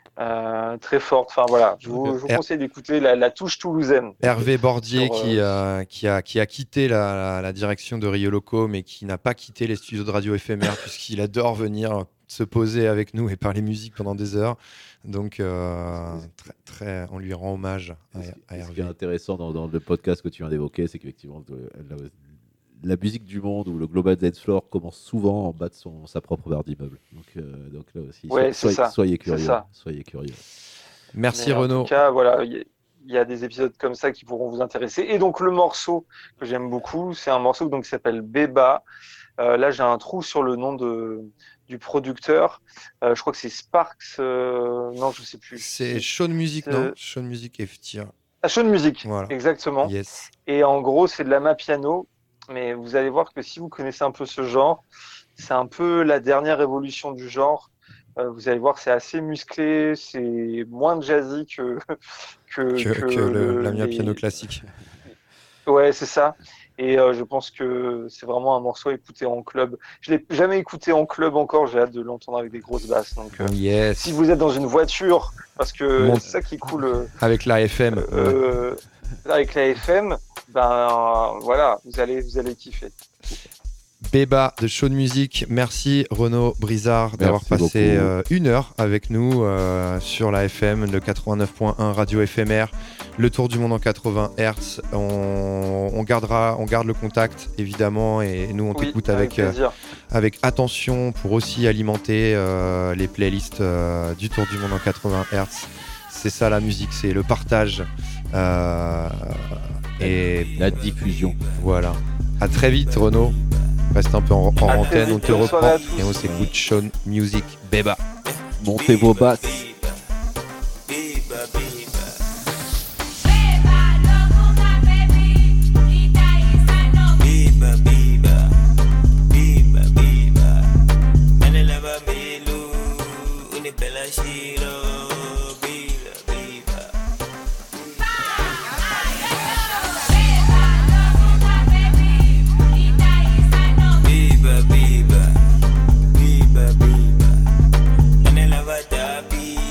Euh, très forte. Enfin voilà, je vous, je vous conseille d'écouter la, la touche toulousaine. Hervé Bordier sur, qui, euh... euh, qui, a, qui a quitté la, la, la direction de Rio Loco, mais qui n'a pas quitté les studios de radio éphémère puisqu'il adore venir se poser avec nous et parler musique pendant des heures. Donc euh, très, très, on lui rend hommage à, à Hervé. Ce qui est intéressant dans, dans le podcast que tu viens d'évoquer, c'est qu'effectivement la, la musique du monde ou le Global Dance Floor commence souvent en bas de son, sa propre barre d'immeuble. Donc, euh, donc là aussi, ouais, soyez, ça. soyez curieux. Soyez curieux. Merci Mais Renaud. En tout cas, voilà, il y, y a des épisodes comme ça qui pourront vous intéresser. Et donc le morceau que j'aime beaucoup, c'est un morceau donc, qui s'appelle Beba. Euh, là, j'ai un trou sur le nom de, du producteur. Euh, je crois que c'est Sparks. Euh, non, je sais plus. C'est Sean Music, euh... non Sean Music F T R. Ah, Sean Music, voilà. Exactement. Yes. Et en gros, c'est de la Mapiano. Mais vous allez voir que si vous connaissez un peu ce genre, c'est un peu la dernière évolution du genre. Euh, vous allez voir, c'est assez musclé, c'est moins jazzy que que, que, que, que le, le, la les... piano classique. Ouais, c'est ça. Et euh, je pense que c'est vraiment un morceau à écouter en club. Je l'ai jamais écouté en club encore. J'ai hâte de l'entendre avec des grosses basses. Donc, euh, yes. si vous êtes dans une voiture, parce que bon, c'est ça qui est cool. Euh, avec la F M. Euh, ouais. Avec la F M, ben euh, voilà, vous allez vous allez kiffer. Beba de Sean Music, merci Renaud Brizard d'avoir merci passé euh, une heure avec nous euh, sur la F M, le quatre-vingt-neuf point un radio éphémère, le tour du monde en quatre-vingts hertz. On, on, gardera, on garde le contact évidemment et nous on oui, t'écoute avec, avec, euh, avec attention pour aussi alimenter euh, les playlists euh, du tour du monde en quatre-vingts hertz. C'est ça la musique, c'est le partage euh, et la diffusion. Voilà. À très vite Renaud. Reste un peu en, en antenne, on te reprend et on s'écoute Sean Music, Beba. Montez vos basses. Be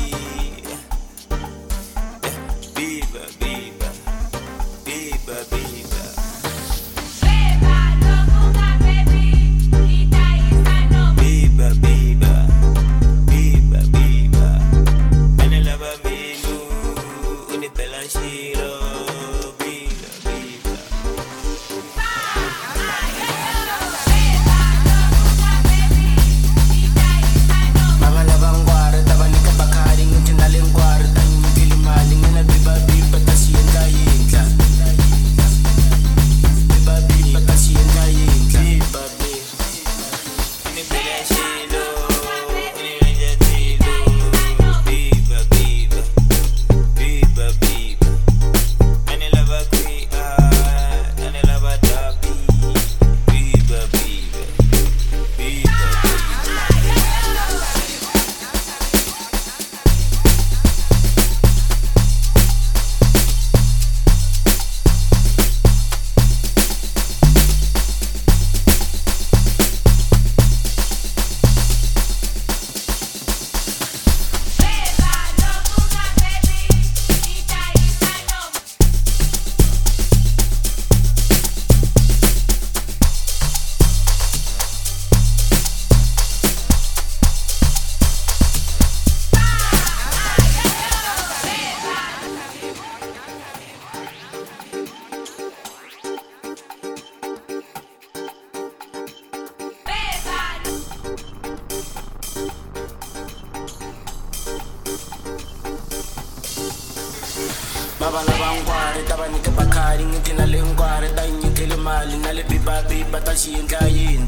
Mabala bangware tabanike bakari ngithi nale ngware tayinyikele imali nale biba biba tashiyenga yini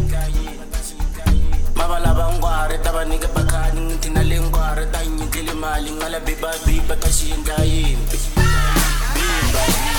Mabala bangware tabanike bakari ngithi nale ngware tayinyikele imali nale biba biba tashiyenga yini Biba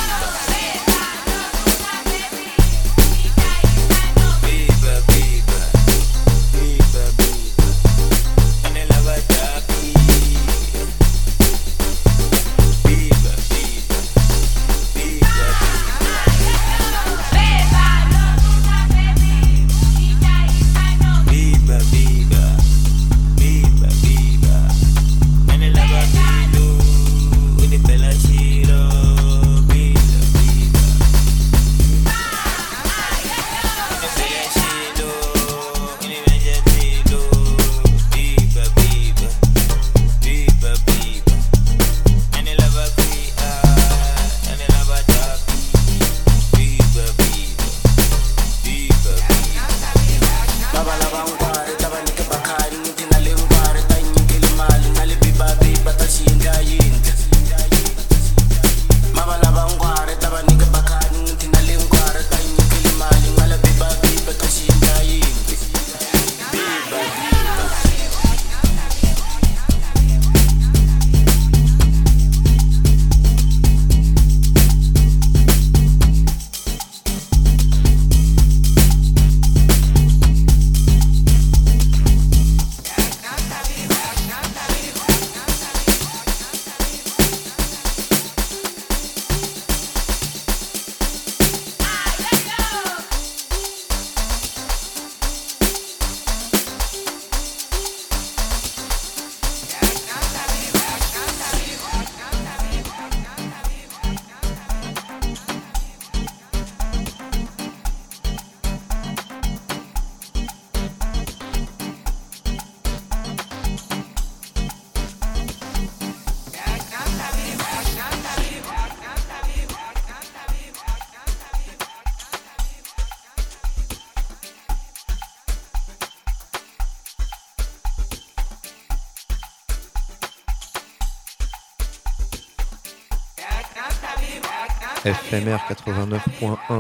F M R quatre-vingt-neuf point un,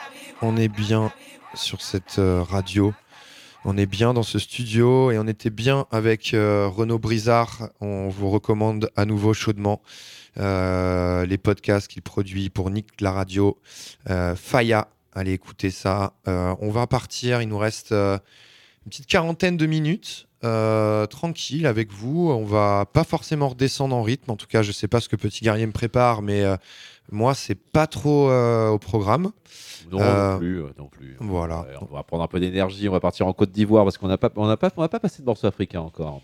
on est bien sur cette euh, radio, on est bien dans ce studio et on était bien avec euh, Renaud Brizard. On vous recommande à nouveau chaudement euh, les podcasts qu'il produit pour Nick la radio, euh, Faya, allez écouter ça. Euh, on va partir, il nous reste euh, une petite quarantaine de minutes. Euh, tranquille avec vous, on va pas forcément redescendre en rythme, en tout cas je sais pas ce que Petit Guerrier me prépare, mais euh, moi c'est pas trop euh, au programme. Non, euh, non plus, non plus. Voilà. Ouais, on va prendre un peu d'énergie, on va partir en Côte d'Ivoire parce qu'on n'a pas, on n'a pas, on n'a pas passé de morceaux africains encore.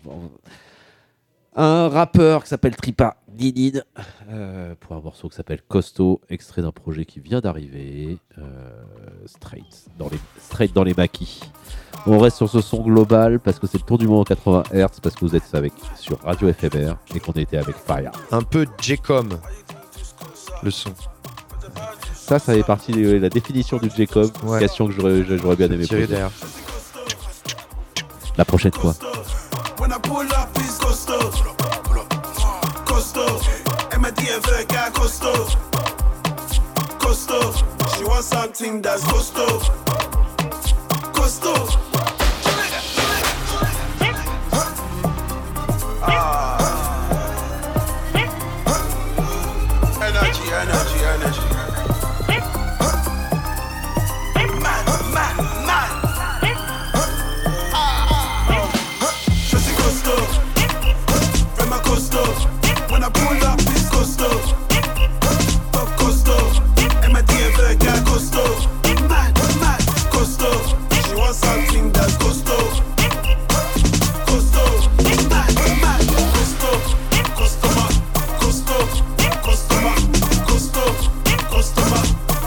Un rappeur qui s'appelle Tripa Didid euh, pour un morceau qui s'appelle Costaud, extrait d'un projet qui vient d'arriver, euh, straight dans les, straight dans les maquis. On reste sur ce son global parce que c'est le tour du monde en quatre-vingts hertz, parce que vous êtes avec sur Radio F M R et qu'on était avec Fire. Un peu J-Com, le son. Ça, ça fait partie de la définition du J-Com, ouais. Question que j'aurais, j'aurais bien aimé poser. Derrière. La prochaine fois. Energy, energy, energy. Man, man, man. Je suis costaud, vraiment costaud. When I pull up, it's costaud. Oh, costaud. Elle m'a dit elle veut qu'un costaud. Man, man, costaud. She wants something that's costaud. Costaud, man, man, costaud. Costoma, costaud, costoma, costaud, costoma.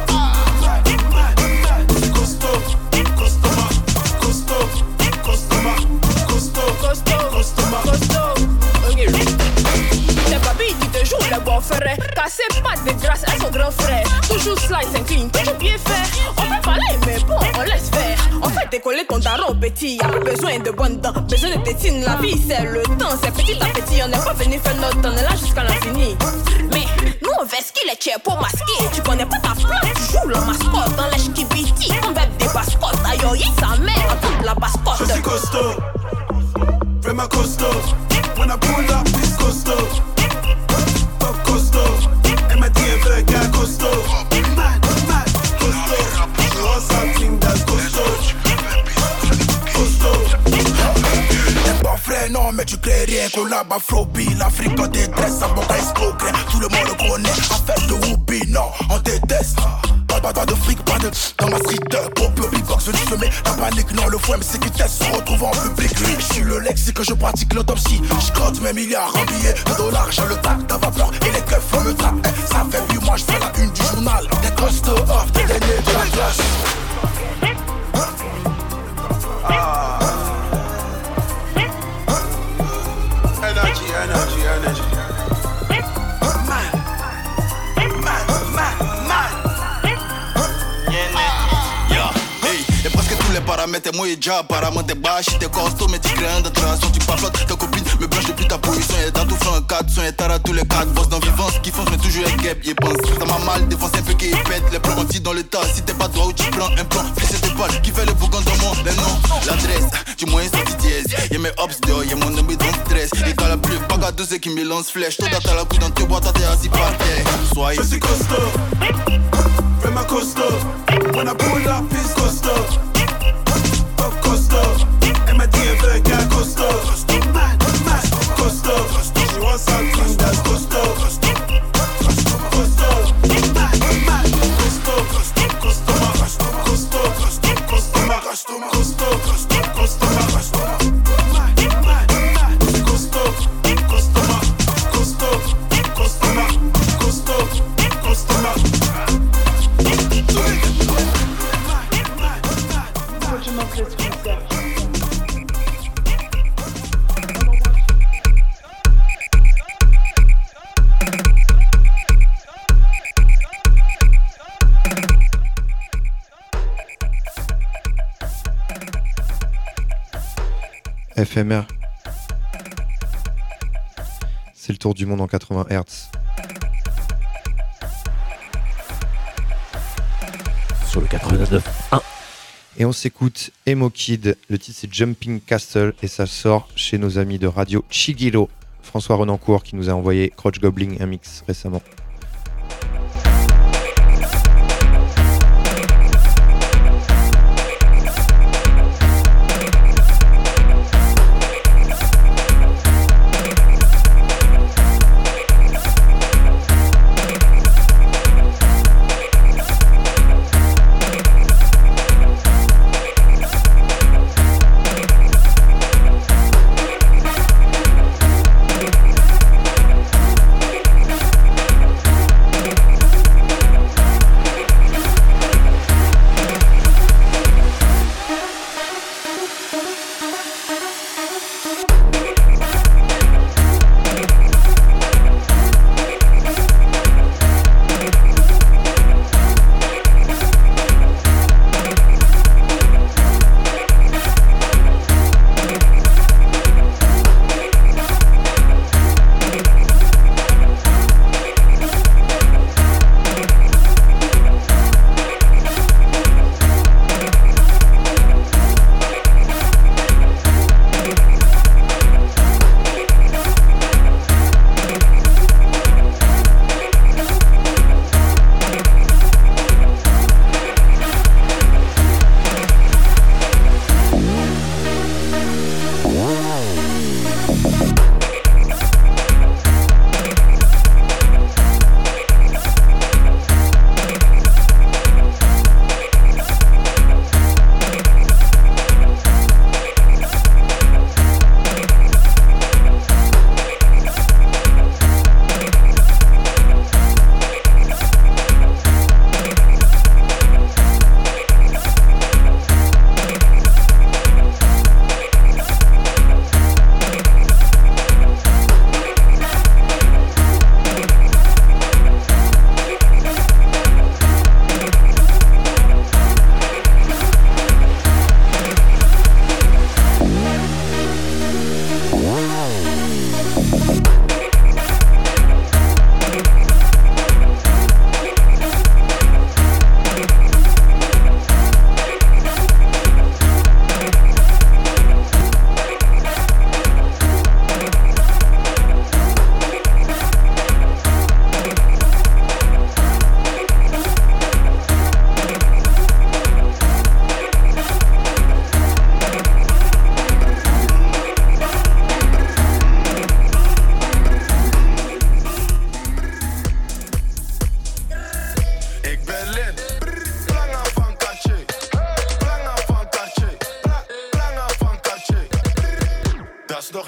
Car c'est pas de grâce à son grand frère. Toujours slice and clean, toujours bien fait. On peut parler mais bon, on laisse faire. On fait décoller ton daron petit. Y'a pas besoin de bonnes dents, besoin de tétine. La vie c'est le temps, c'est petit à petit. On n'est pas venu faire notre temps, on est là jusqu'à l'infini. Mais nous il est tiers pour masquer. Tu connais pas ta place, tu joues la mascotte. Dans l'H-K-B-T, on bête des bascottes. Aïe, sa mère, à toute la bascotte. Je suis costaud, vraiment costaud. When I pull up, it's costaud. Pop costaud, elle m'a dit elle veut un gars costaud. Mad, mad, costaud. Je vois something that's costaud. Costaud. T'es pas vrai, non, mais tu crées rien. Collab Afrobeat, l'Afrique en détresse. Ça boca escroquer, tout le monde le connaît. Affaire de Whoopi, non, on déteste. Pas, pas, pas de fric, pas de dans ma street. Pop, beatbox, venu semer la panique. Non, le fouet, mais c'est qui teste se retrouve en public. Je suis le lexique que je pratique l'autopsie. J'cote mes milliards en billets de dollars. J'ai le tac, ta vapeur et les keufs me trappent. Eh, ça fait huit mois, j'fais la une du journal. Des costos off, des derniers de la classe. Ah. Energy, energy, energy. Man, man, man, man. Yeah, hey, et presque tous les paramètres, moi et déjà apparemment t'es bas, t'es costaud, mais tu crées un d'interaction, tu parflottes, ta copine me blanche depuis ta position, et dans tout flanc, quatre, son et tara tous les quatre, boss dans vivance, qui fonce, mais toujours un gap, y pense, ça m'a mal, défense un peu qui pète, les plans anti dans le tas, si t'es pas droit ou tu prends un plan, flissé tes balles, qui fait le boucan dans mon, les noms, l'adresse, du moins sorti dièse, y'a mes hops dehors, y'a mon nom dans le stress, et quand la pluie, pas qu'à deux, c'est qui me lance flèche, tout à la couille dans tes boîtes, t'es assis par terre, soyez. Je suis costaud, vraiment costaud, when I pull up, it's costaud. Pop costaud, elle m'a dit elle veut un gars costaud. Mad, mad, costaud, she wants something that's costaud. Costaud, mad, mad, costaud, costaud, costaud, costaud, costaud, costaud, costaud, costaud, mad, mad, mad, costaud, costaud, costaud, costaud, costaud, costaud. F M R. C'est le tour du monde en quatre-vingts hertz. Sur le quatre-vingt-neuf un. Et on s'écoute Emo Kid, le titre c'est Jumping Castle et ça sort chez nos amis de radio Chigilo. François Renancourt qui nous a envoyé Crotch Goblin un mix récemment.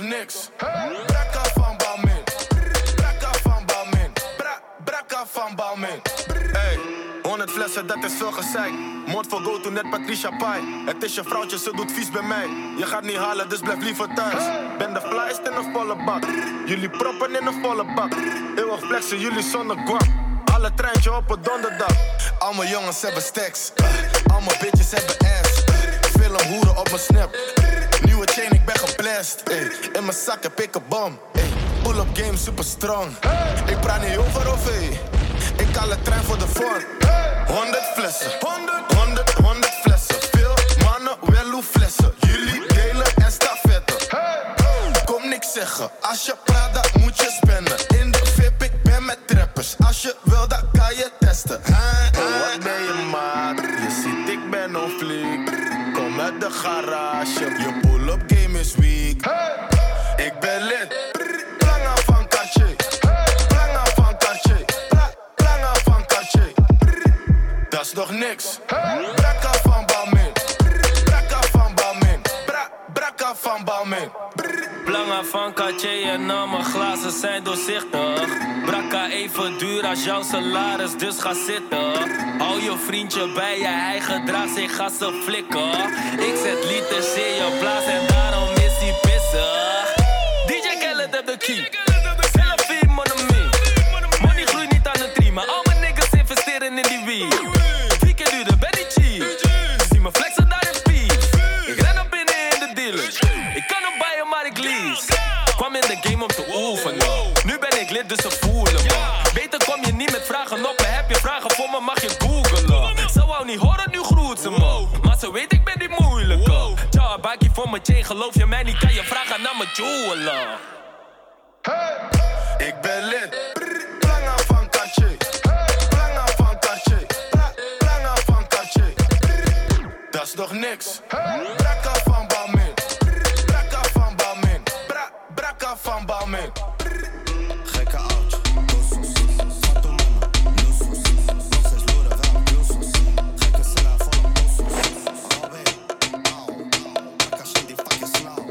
niks. Brakka van Balmain. Brakka van Balmain. Bra, brakka van Balmain. Hey, honderd flessen, dat is veel gezeik. Moord voor go to net Patricia Pai. Het is je vrouwtje, ze doet vies bij mij. Je gaat niet halen, dus blijf liever thuis. Ben de flyest in een volle bak. Jullie proppen in een volle bak. Eeuwig flexen, jullie zonder guap. Alle treintje op een donderdag. Al mijn jongens hebben stacks. Al mijn bitches hebben ass. Film hoeren op mijn snap. Nieuwe chain, ik ben geblest. In mijn zak heb ik een bom. Pull-up game super strong. Ik praat niet over O V. Ik haal een trein voor de vorm. Honderd flessen. Honderd, honderd flessen. Veel mannen, wel hoe flessen. Jullie delen en stafetten. Kom niks zeggen. Als je praat, dan moet je spenden. In de V I P, ik ben met trappers. Als je wil, dan kan je testen. Oh, wat ben je maat? Je ziet, ik ben on fleek. Kom uit de garage. Je pull-up game is weak. Ik ben lid. Planga van Cartier. Planga van Cartier. Planga van Cartier. Dat is nog niks. Brakka van Balmain. Brakka van Balmain. Bra, brakka van Balmain. Planga van Cartier en al mijn glazen zijn doorzichtig. Brakka even duur als jouw salaris, dus ga zitten. Hou je vriendje bij je, hij gedraagt zich, ga ze flikken. Ik zet liters in je blaas en daarom is hij pissig. D J Khaled heb de key. Selfie, mon ami. Money groeit niet aan de tree, maar al mijn niggas investeren in die weed. Vier keer duurder, ben niet cheap. Zie me flexen daar in peace. Ik ren op binnen in de dealers. Ik kan hem bijen, maar ik lease. Kwam in de game om te oefenen. Nu ben ik lid, dus ze voelen me. Beter kom je niet met vragen op. En heb je vragen voor me, mag je googlen. Ze wou niet horen, nu groet ze me. Maar ze weet, ik ben die moeilijke. Tja, baki voor mijn chain, geloof je mij niet, kan je vragen naar mijn jeweler. Hey, ik ben lid. Planga van Cartier. Planga van Cartier. Planga van Cartier. Dat is nog niks. Brakka van Balmain. Brakka van Balmain. Bra, brakka van Balmain. Gekke oud, dosos. Fato mama, dosos. Nog steeds loeren, wel dosos. Gekke cella volle dosos. Alweer, auw. Brakka shit die fucking snauw.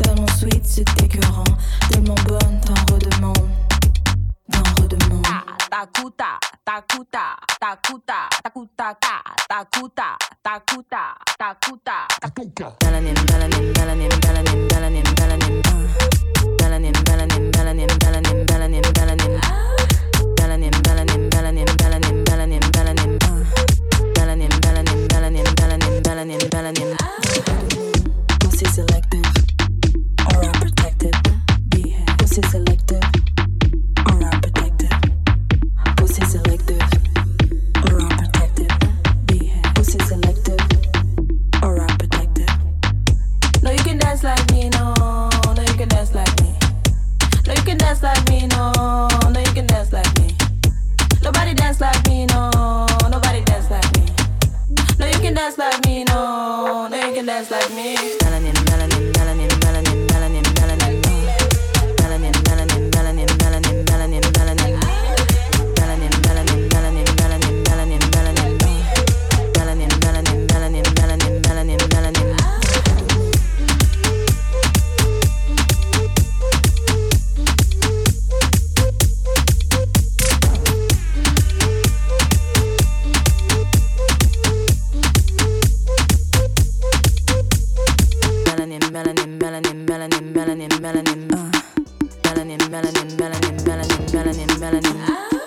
tellement sweet, c'est écœurant. Tellement bonne, t'en redemandes. T'en redemandes. Takuta, takuta, takuta, takuta, takuta, takuta, takuta, takuta. Melanin, melanin, melanin, melanin, melanin, melanin. Melanin, melanin, melanin, melanin, melanin, melanin. Melanin, melanin, melanin, melanin, melanin, melanin. Melanin, melanin, melanin, melanin, melanin, melanin. Pussy selective or unprotected. Pussy selective or unprotected. Pussy selective or unprotected. Pussy selective or unprotected. No, you can dance like me, no. No, you can dance like me. No, you can dance like me, no. No, you can dance like me. Nobody dance like me, no. Nobody dance like me. No, you can dance like me, no. No, you can dance like me. Melanin, melanin, melanin, melanin, melanin, melanin. Melanin, melanin, melanin, melanin, melanin, melanin. Melanin, melanin, melanin, melanin, melanin, melanin. Melanin, melanin, melanin, melanin, melanin, melanin. Melanin, melanin, melanin, melanin, melanin, uh. Melanin, melanin, melanin, melanin, melanin, melanin.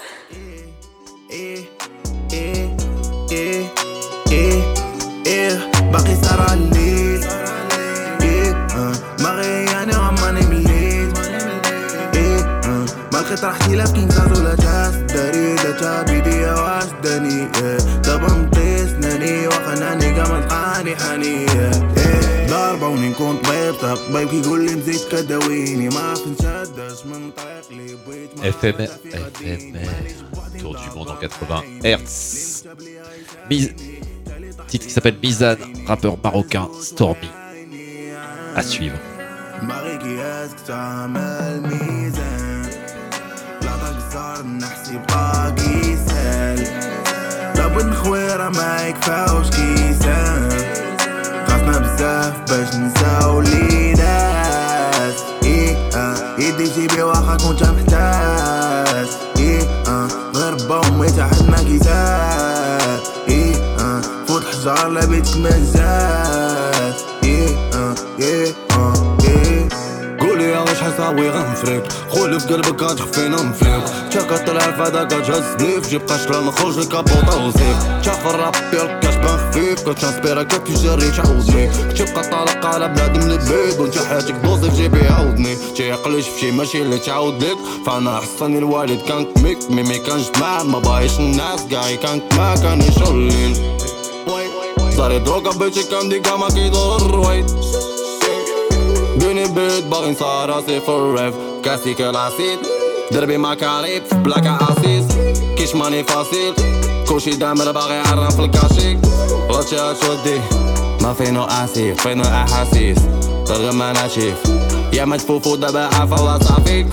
إيه إيه إيه إيه إيه باقي سهر عالليل إيه آه ما غياني غماني مليل إيه آه ما لقيت راحتي لا بكينزاز ولا جاز داري دا جابي ديا واش داني إيه دابا مطيس ناني وخناني قام لقاني حاني إيه ضربوني نكون طبيب طبيب كيقول لي مزيد كداويني ما عرفت نشدش من طريق لي بغيت F M F M Tour du monde en quatre-vingts hertz. Mise... Titre qui s'appelle Mizan, rappeur marocain Stormy. À suivre. باغي كياسك تعمل ميزان لا تكسر نحسي بقى كيسال لابد نخويرة ما يكفاوش كيسان خاصنا بزاف باش نساو لي ناس إيه آه يدي جيبي واخا كنت محتاج إيه آه غربة ومي تحت ما كيسال إيه آه فوت حجار لبيتك مزاج إيه آه إيه آه قولي يا واش حساوي غنفريك خولي في قلبك غتخفينا نفليك تشاكا طلع فهداك غتهز بليف جيب قشرة نخرج لك كابوطا وزيك تشاف الراب ديالك كتبان خفيف كتنسبيرك كتجري تعاودني تبقى طالق على بنادم البيت وانت حياتك دوزك جيبي عاودني تيعقليش فشي ماشي اللي تعاود ليك فانا حصاني الوالد كان كميك ميمي كانش معاه ما بايش الناس كاعي كان ما كان يشغل الليل صاري دروكا بيتي كان ديكا ما كيدور الرويد بيني بيت باغي نصار راسي في الريف كاسي كالعسيد دربي مع كاريب في بلاكا عسيس كيش ماني فاسيل كلشي دامر باغي يعرف في الكاشيك غلطشي غتودي ما فينو اسيف فينو احاسيس رغم انا شيف يا مدفوفو دابا عافا الله صافيك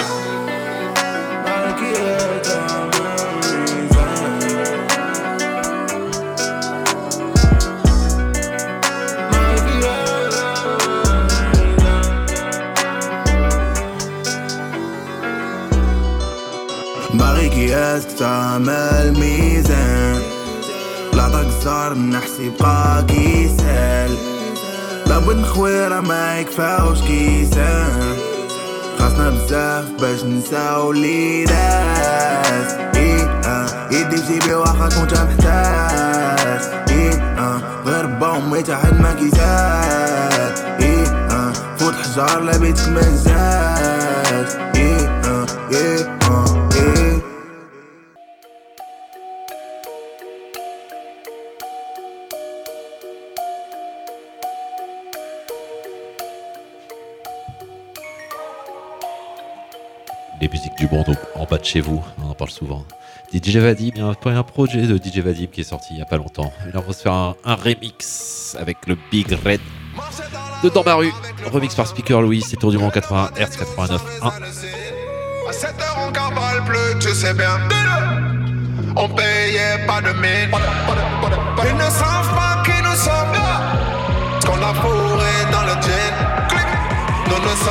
باغي كياسك تعمل ميزان لا تكسر نحسي بقى كيسال لابد نخويرة ما يكفاوش كيسان خاصنا بزاف باش نساو لي ناس إيه آه يدي بجيبي واخا كنت محتاج إيه آه غربة ومي تحت ما كيسال إيه آه فوت حجار لبيتك مزاج إيه آه إيه آه إيه Les musiques du monde au- en bas de chez vous, on en parle souvent. D J Vadim, il y a un, un projet de D J Vadim qui est sorti il n'y a pas longtemps. Et là, on va se faire un, un remix avec le Big Red de Dans ma rue. Remix par Speaker Louis, c'est Tour du monde quatre-vingts hertz quatre-vingt-neuf point un. À sept heures on cavale plus, tu sais bien. On payait pas de mine. Ils ne savent pas qui nous sommes. Ce qu'on a fourré dans le jean. Nous ne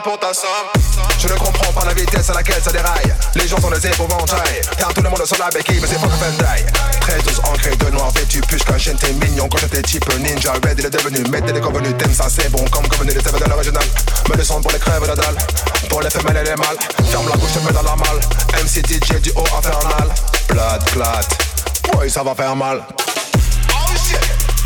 pour ta somme. Je ne comprends pas la vitesse à laquelle ça déraille. Les gens sont des épouvantails. Car tout le monde sur la béquille, mais c'est pas que Fendaille. treize douze ancré de noir vêtu, plus qu'un chien, t'es mignon. Quand j'étais type ninja, red il est devenu. Mettez les convenus, t'aimes ça, c'est bon. Comme convenu, les T V de l'original. Me descendre pour les crèves de dalle. Pour les femelles et les mâles. Ferme la bouche, te mets dans la malle. M C D J du haut infernal. Blood clot. Oui, ça va faire mal. Oh shit.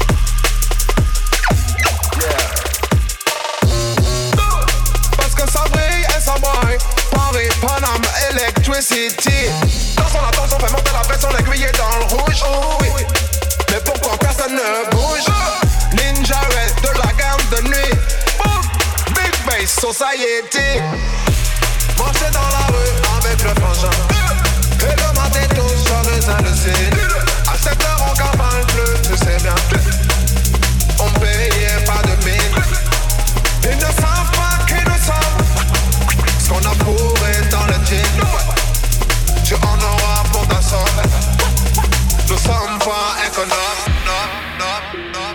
Parce que ça brille et ça braille. Paris, Paname, Electricity. Dans son attention, fait monter la pression, l'aiguille est dans le rouge. Oh oui. Mais pourquoi personne ne bouge? Ninja Red de la gamme de nuit. Big Bass Society. Marcher dans la rue avec le frangin. Et le matin tous sur les hallucines. À sept heures on campagne bleu, tu sais bien. On payait pas de mine. Ils ne savent pas qui nous sommes. Ce qu'on a fourré dans le jean. Tu en auras pour ta somme. Nous sommes pas économes. Non, non, non.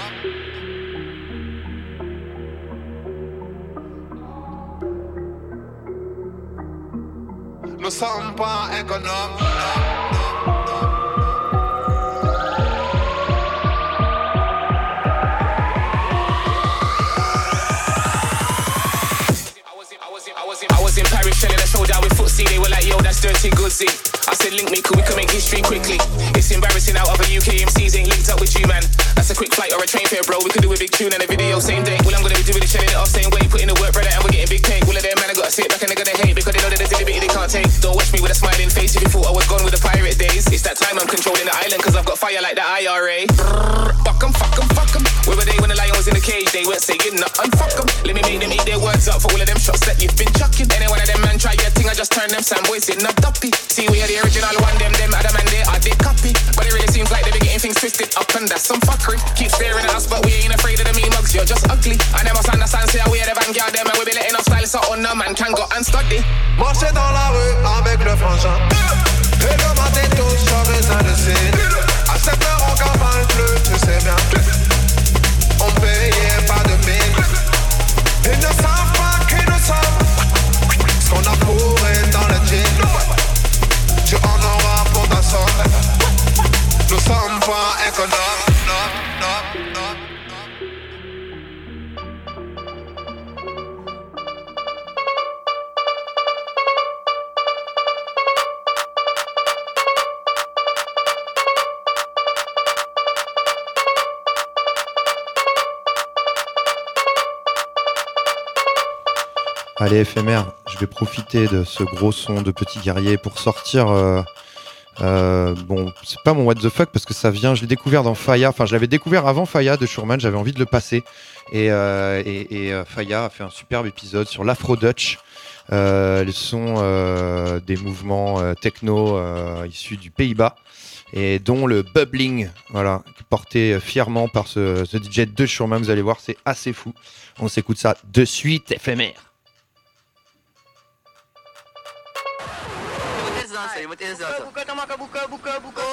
Nous sommes pas économes. I was in Paris selling a sold out with Footsie. They were like, yo, that's dirty goodsy. I said, link me, cool, we can make history quickly. It's embarrassing how other U K M Cs ain't linked up with you, man. That's a quick flight or a train fare, bro. We could do a big tune and a video same day. Well, I'm gonna be doing it, shelling it off same way. Putting the work, brother, and we're getting big cake. All of them, man, I gotta sit back and they're gonna hate because they know that there's a liberty they can't take. Don't watch me with a smiling face if you thought I was gone with the pirate days. It's that time I'm controlling the island cause I've got fire like the I R A. Brrr, fuck 'em, fuck 'em, fuck 'em. Where were they when the lion was in the cage? They weren't saying nothing, fuck 'em. Let me make them eat their words up for all of them shots that you've been chucking. Any one of them man try your thing, I just turn them Sam boys in a duppy. See, we are the original one, them, them, Adam and they are the copy. But it really seems like they be getting things twisted up and that's some fuckery. Keep staring at us, but we ain't afraid of the mean mugs, you're just ugly. And they must understand, say, we are the vanguard, them, and we be letting off style, so on no man can go and study. Marcher dans la rue avec le frangin. Et le matin tous sur les hallucines. À sept heures on campagne bleu, tu sais bien. On payait pas de mine. Ils ne savent pas qui nous sommes. Ce qu'on a fourré dans le jean. Tu en auras pour ta somme. Nous sommes pas économes. Non, non, non. Allez, éphémère, je vais profiter de ce gros son de Petit Guerrier pour sortir. Euh, euh, bon, c'est pas mon what the fuck parce que ça vient, je l'ai découvert dans Faya. Enfin, je l'avais découvert avant Faya de Shurman, j'avais envie de le passer. Et, euh, et, et euh, Faya a fait un superbe épisode sur l'Afro-Dutch, euh, le son euh, des mouvements euh, techno euh, issus du Pays-Bas. Et dont le bubbling, voilà, porté fièrement par ce, ce D J de Shurman. Vous allez voir, c'est assez fou. On s'écoute ça de suite, éphémère. Buka, buka, buka, buka, buka, buka.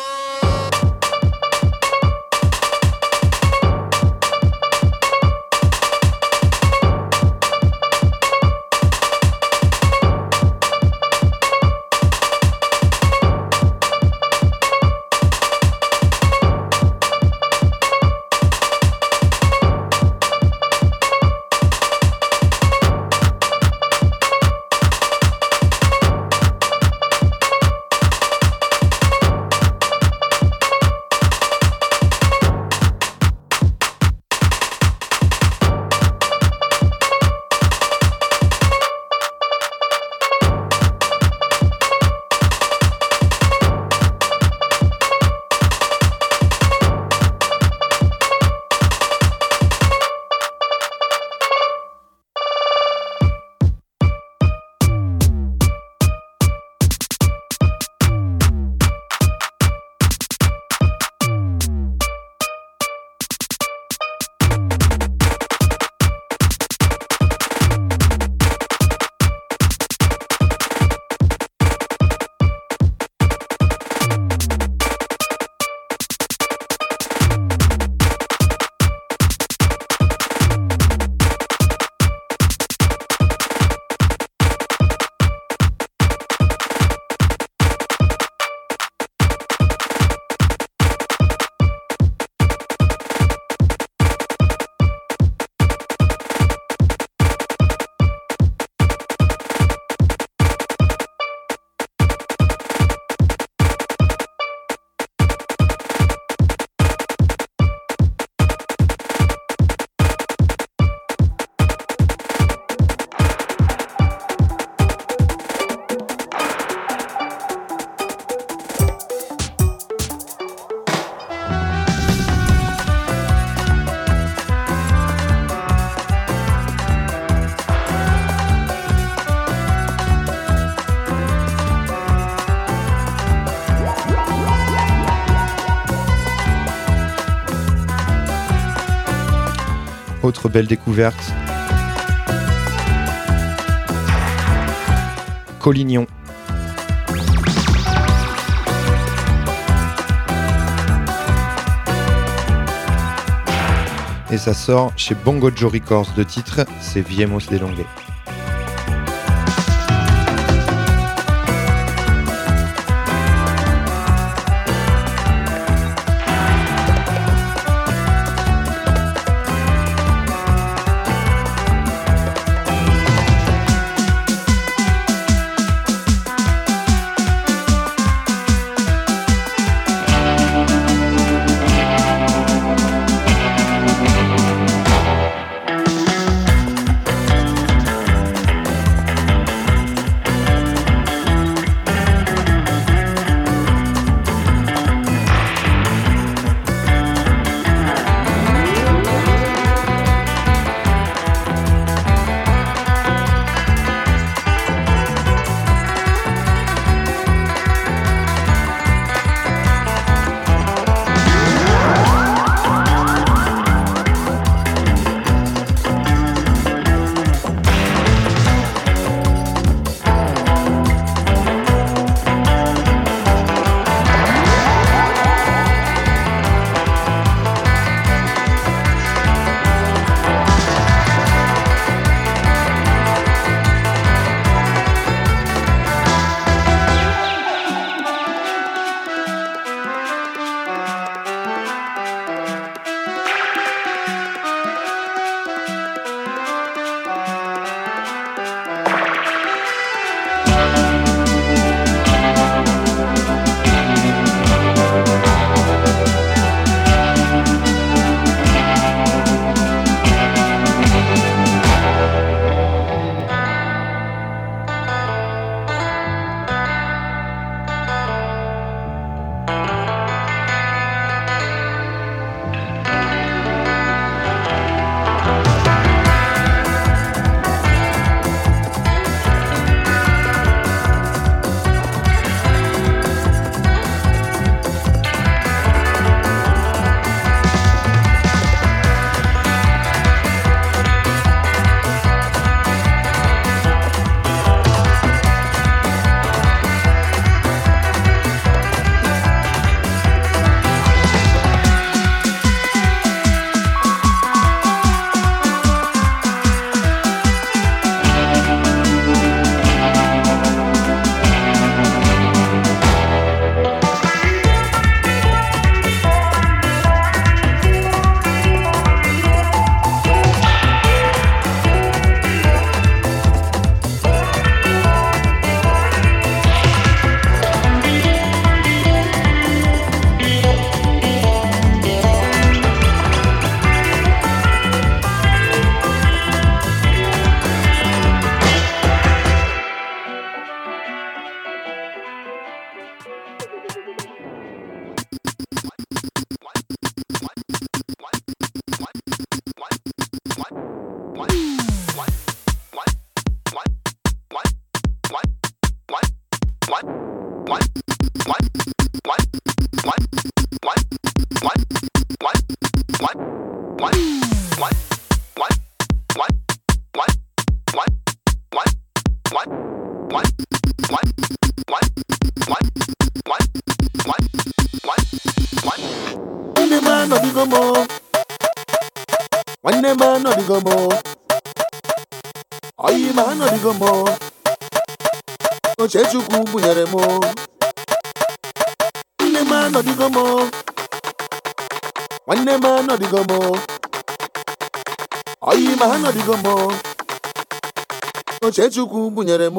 Autre belle découverte. Collignon. Et ça sort chez Bongo Joe Records. Le titre, c'est Viemos de Longue. Chechukwu bunyere m nne m anọdịgo m nwanne m anọdịgo m oyi m anọdịgo m Chechukwu bunyere m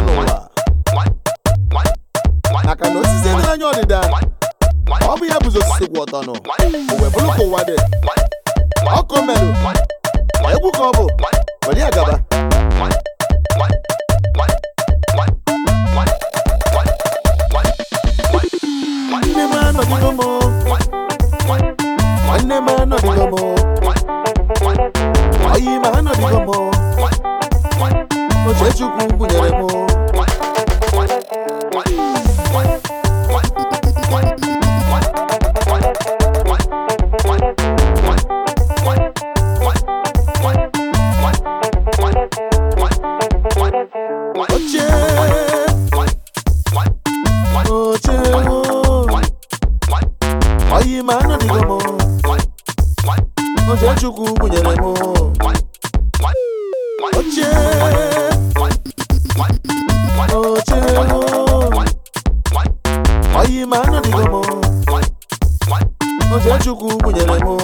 ọ bụ ya bụzo nsogbu ọtọ nọ o wee bụrụ ka ụwa dị ọkụ mmerụ egwu ka ọ bụ were ya gaba nwanne m anọdịgo m nwanne m anọdịgo m oyi m anọdịgo m oche Chukwu gụnyere m Chukwu gụnyere m oche oche oyi ma anọdịgo m oche Chukwu gụnyere m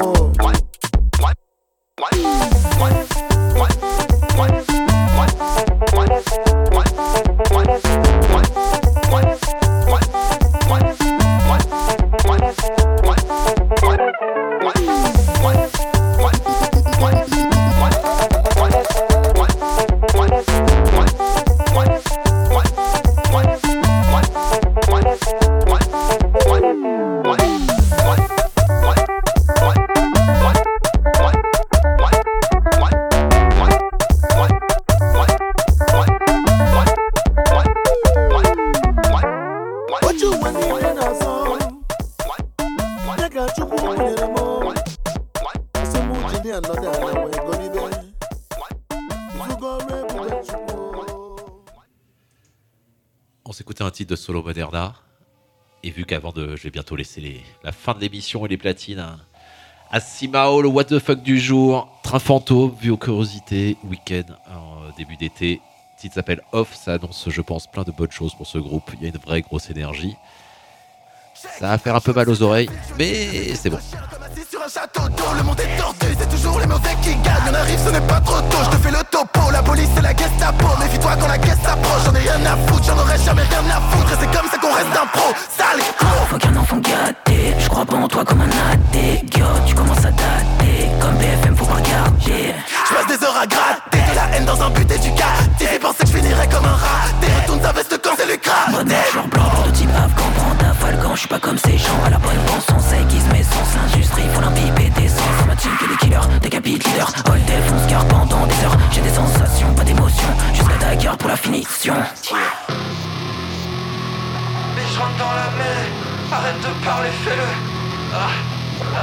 On s'écoutait un titre de Solo Moderna. Et vu qu'avant de. Je vais bientôt laisser les, la fin de l'émission et les platines hein, à Simao, le what the fuck du jour. Train fantôme, vu aux curiosités, week-end en euh, début d'été. Le titre s'appelle Off. Ça annonce, je pense, plein de bonnes choses pour ce groupe. Il y a une vraie grosse énergie. Ça va faire un peu mal aux oreilles, mais c'est bon. Sur un château d'eau, le monde est tordu, c'est toujours les mauvais qui gagnent. On arrive, ce n'est pas trop tôt, je te fais le topo. La police et la Gestapo, méfie-toi quand la caisse s'approche. J'en ai rien à foutre, j'en aurais jamais rien à foutre. Et c'est comme ça qu'on reste un pro, sale faut qu'un enfant gâté, je crois pas en toi comme un athée. Yo, tu commences à dater, comme B F M faut pas regarder. Je passe des heures à gratter, de la haine dans un but éducatif. Ils pensaient que je finirais comme un rat. T'es retourne ta veste quand c'est lucratif. Mode noir, blanc, pour de type afghan, branda, falcon. Je suis pas comme ces gens, à la bonne pense, on s'aiguise, mais sans l'industrie, faut l'imbiber des sens. Faut ma team que des killers, décapite leader. All défonce car pendant des heures, j'ai des sensations, pas d'émotions. Jusqu'à ta garde pour la finition. Mais je rentre dans la mêlée, arrête de parler, fais-le. Ah, ah.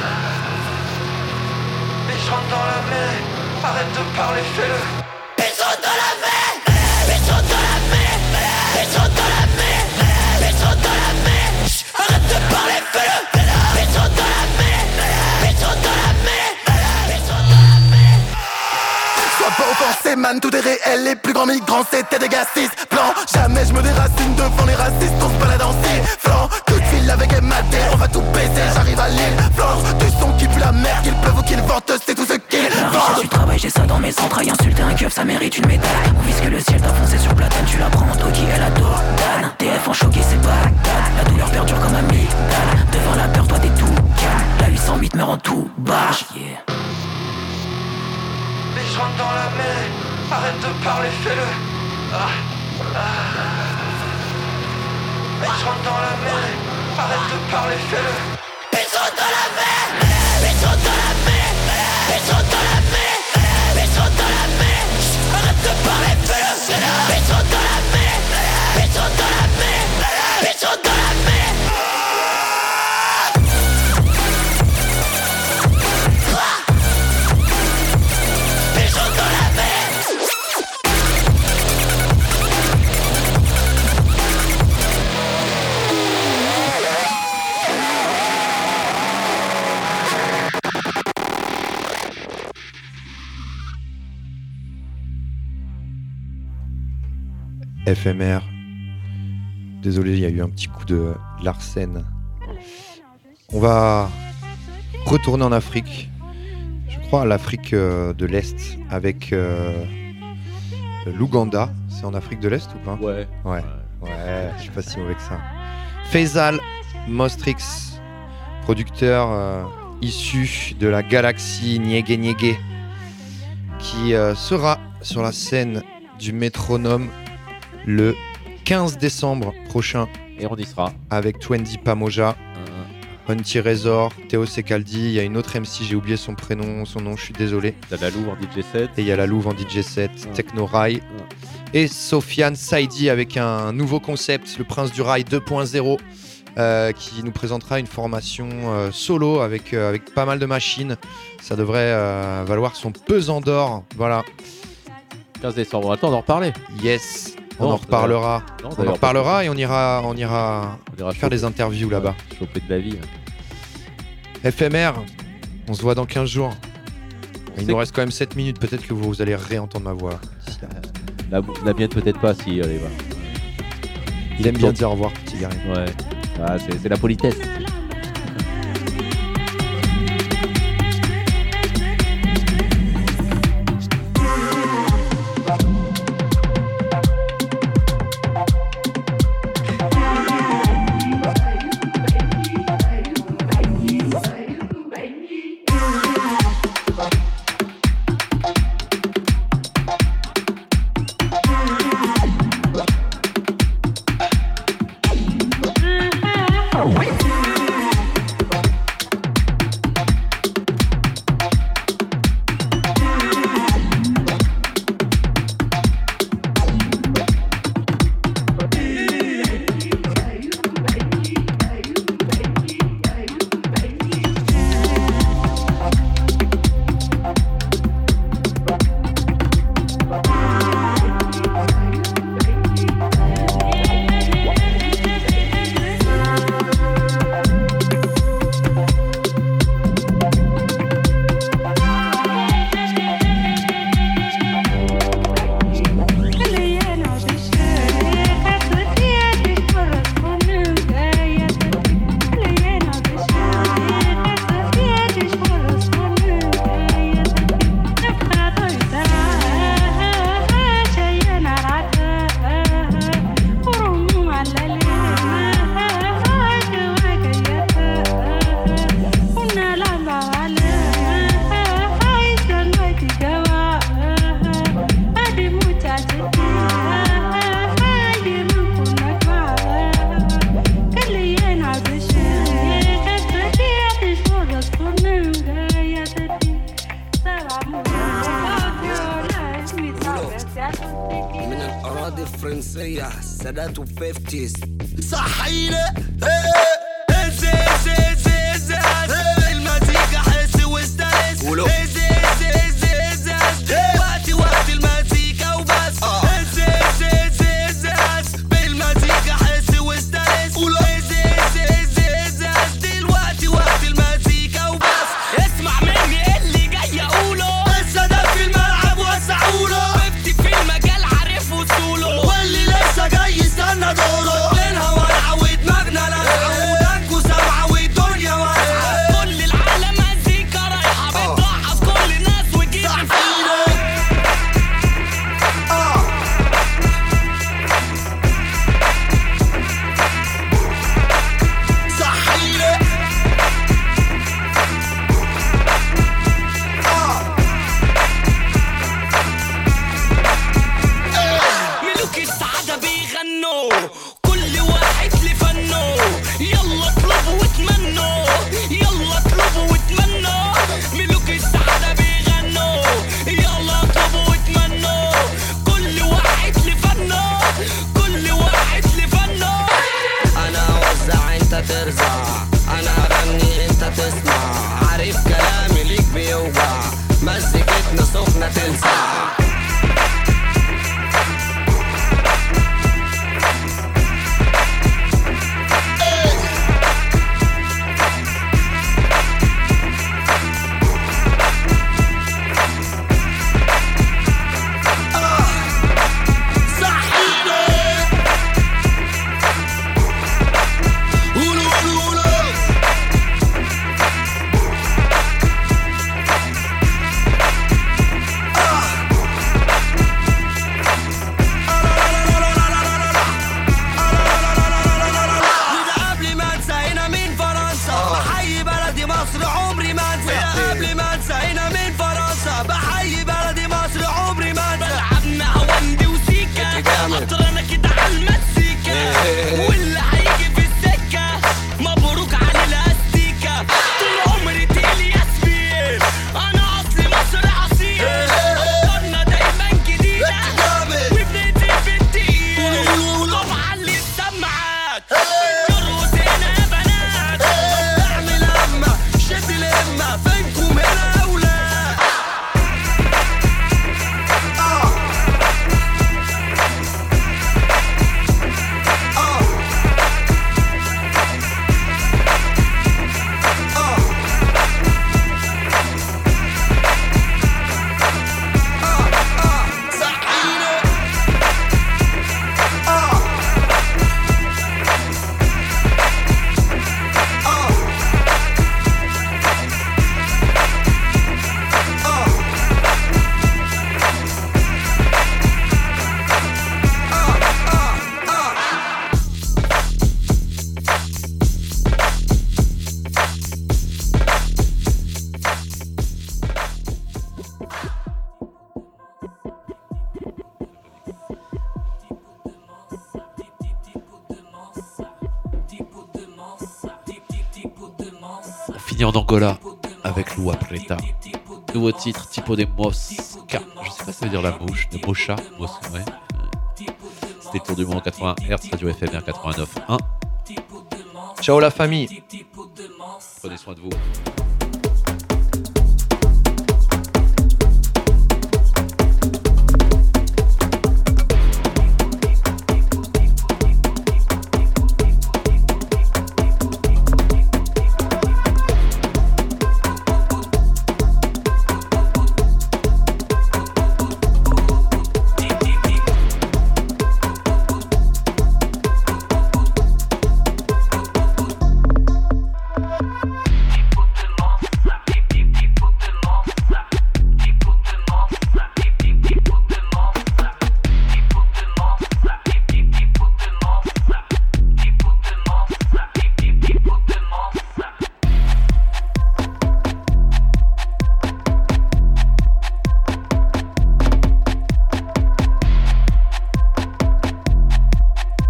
Mais je rentre dans la mêlée, arrête de parler, fais-le. Mais je rentre dans la mêlée, mais je rentre dans la mêlée, mais je rentre dans la mêlée, mais je rentre dans la mêlée. Arrête de parler, fais-le. Mais je rentre dans la mêlée, mais je rentre dans la mêlée, mais je rentre dans la mêlée. Sois pas offensé, man, tout est réel. Les plus grands migrants, c'était des gars cis blancs. Jamais je me déracine devant les racistes. On se balade en sifflant. Coup de fil avec M A D, on va tout baiser. J'arrive à Lille, Flandre. Du son qui pue la merde, qu'ils pleuve ou qu'ils ventent, c'est tout ce qu'ils La vendent. richesse du travail, j'ai ça dans mes entrailles. Insulter un keuf, ça mérite une médaille. On vise que le ciel t'a foncé sur platane. Tu la prends en doggy, elle a dos Dan. T F en choqué, c'est Bagdad. La douleur perdure comme un amygdale. Devant la peur, toi t'es tout calme. La huit cent huit meurt en tout barge. Yeah. Mais je rentre dans la mêlée, arrête de parler, fais-le. Ah, ah. Mais je rentre dans la mêlée, arrête de parler, fais-le. Mais je rentre dans la mêlée, mais je rentre dans la mêlée, mais je rentre dans la mêlée, mais je rentre dans la mêlée. Arrête de parler, fais-le. Mais je rentre dans la mêlée, mais je rentre dans la mêlée, mais je rentre dans la mêlée. Mais je rentre dans la mêlée. F M R. Désolé, il y a eu un petit coup de Larsen. On va retourner en Afrique. Je crois à l'Afrique euh, de l'Est avec euh, l'Ouganda. C'est en Afrique de l'Est ou pas ? Ouais. Ouais. Ouais, je suis pas si mauvais que ça. Faisal Mostrix producteur euh, issu de la galaxie Niégué Niégué, qui euh, sera sur la scène du Métronome le quinze décembre prochain. Et on y sera. Avec Twendy Pamoja, euh... Hunty Razor, Théo Secaldi, il y a une autre M C, j'ai oublié son prénom, son nom, je suis désolé. T'as la Louve en D J set. Et il y a la Louve en D J set, ouais. Techno Rail. Ouais. Et Sofiane Saidi avec un nouveau concept, le Prince du Rail deux point zéro. Euh, qui nous présentera une formation euh, solo avec, euh, avec pas mal de machines. Ça devrait euh, valoir son pesant d'or. Voilà. quinze décembre, attends, on en reparler. Yes, non, on en reparlera. Non, on en reparlera et on ira, on ira, on ira faire des interviews là-bas. Choper de la vie. F M R, on se voit dans quinze jours. Il nous reste quand même sept minutes. Peut-être que vous allez réentendre ma voix. La, la mienne, peut-être pas, si. Allez, va. Il aime bien dire au revoir, petit gars. Ouais. Ah, c'est, c'est la politesse. سنة وفيفتيز صحينا هز هز هز هز هز المزيكا حس واسترس هز هز هز هز هز وقتي وقت المزيكا وبس هز هز هز هز هز بالمزيكا حس واسترس هز هز هز هز هز دلوقتي وقت المزيكا وبس اسمع مني اللي جاي اقوله لسه ده في الملعب وسعوله وقفتي في المجال عارف وصوله واللي لسه جاي استنى دوره لينها ورعه ودماغنا لا نعوله finit en Angola avec Lua Preta. Nouveau titre, Tipo de Mosca. Je sais pas si ça veut dire la mouche, de Moscha. Mosca, ouais. C'était le tour du monde quatre-vingts hertz, Radio F M R quatre-vingt-neuf point un. Ciao la famille. Prenez soin de vous.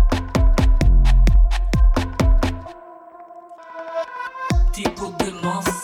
Tipo de monstre.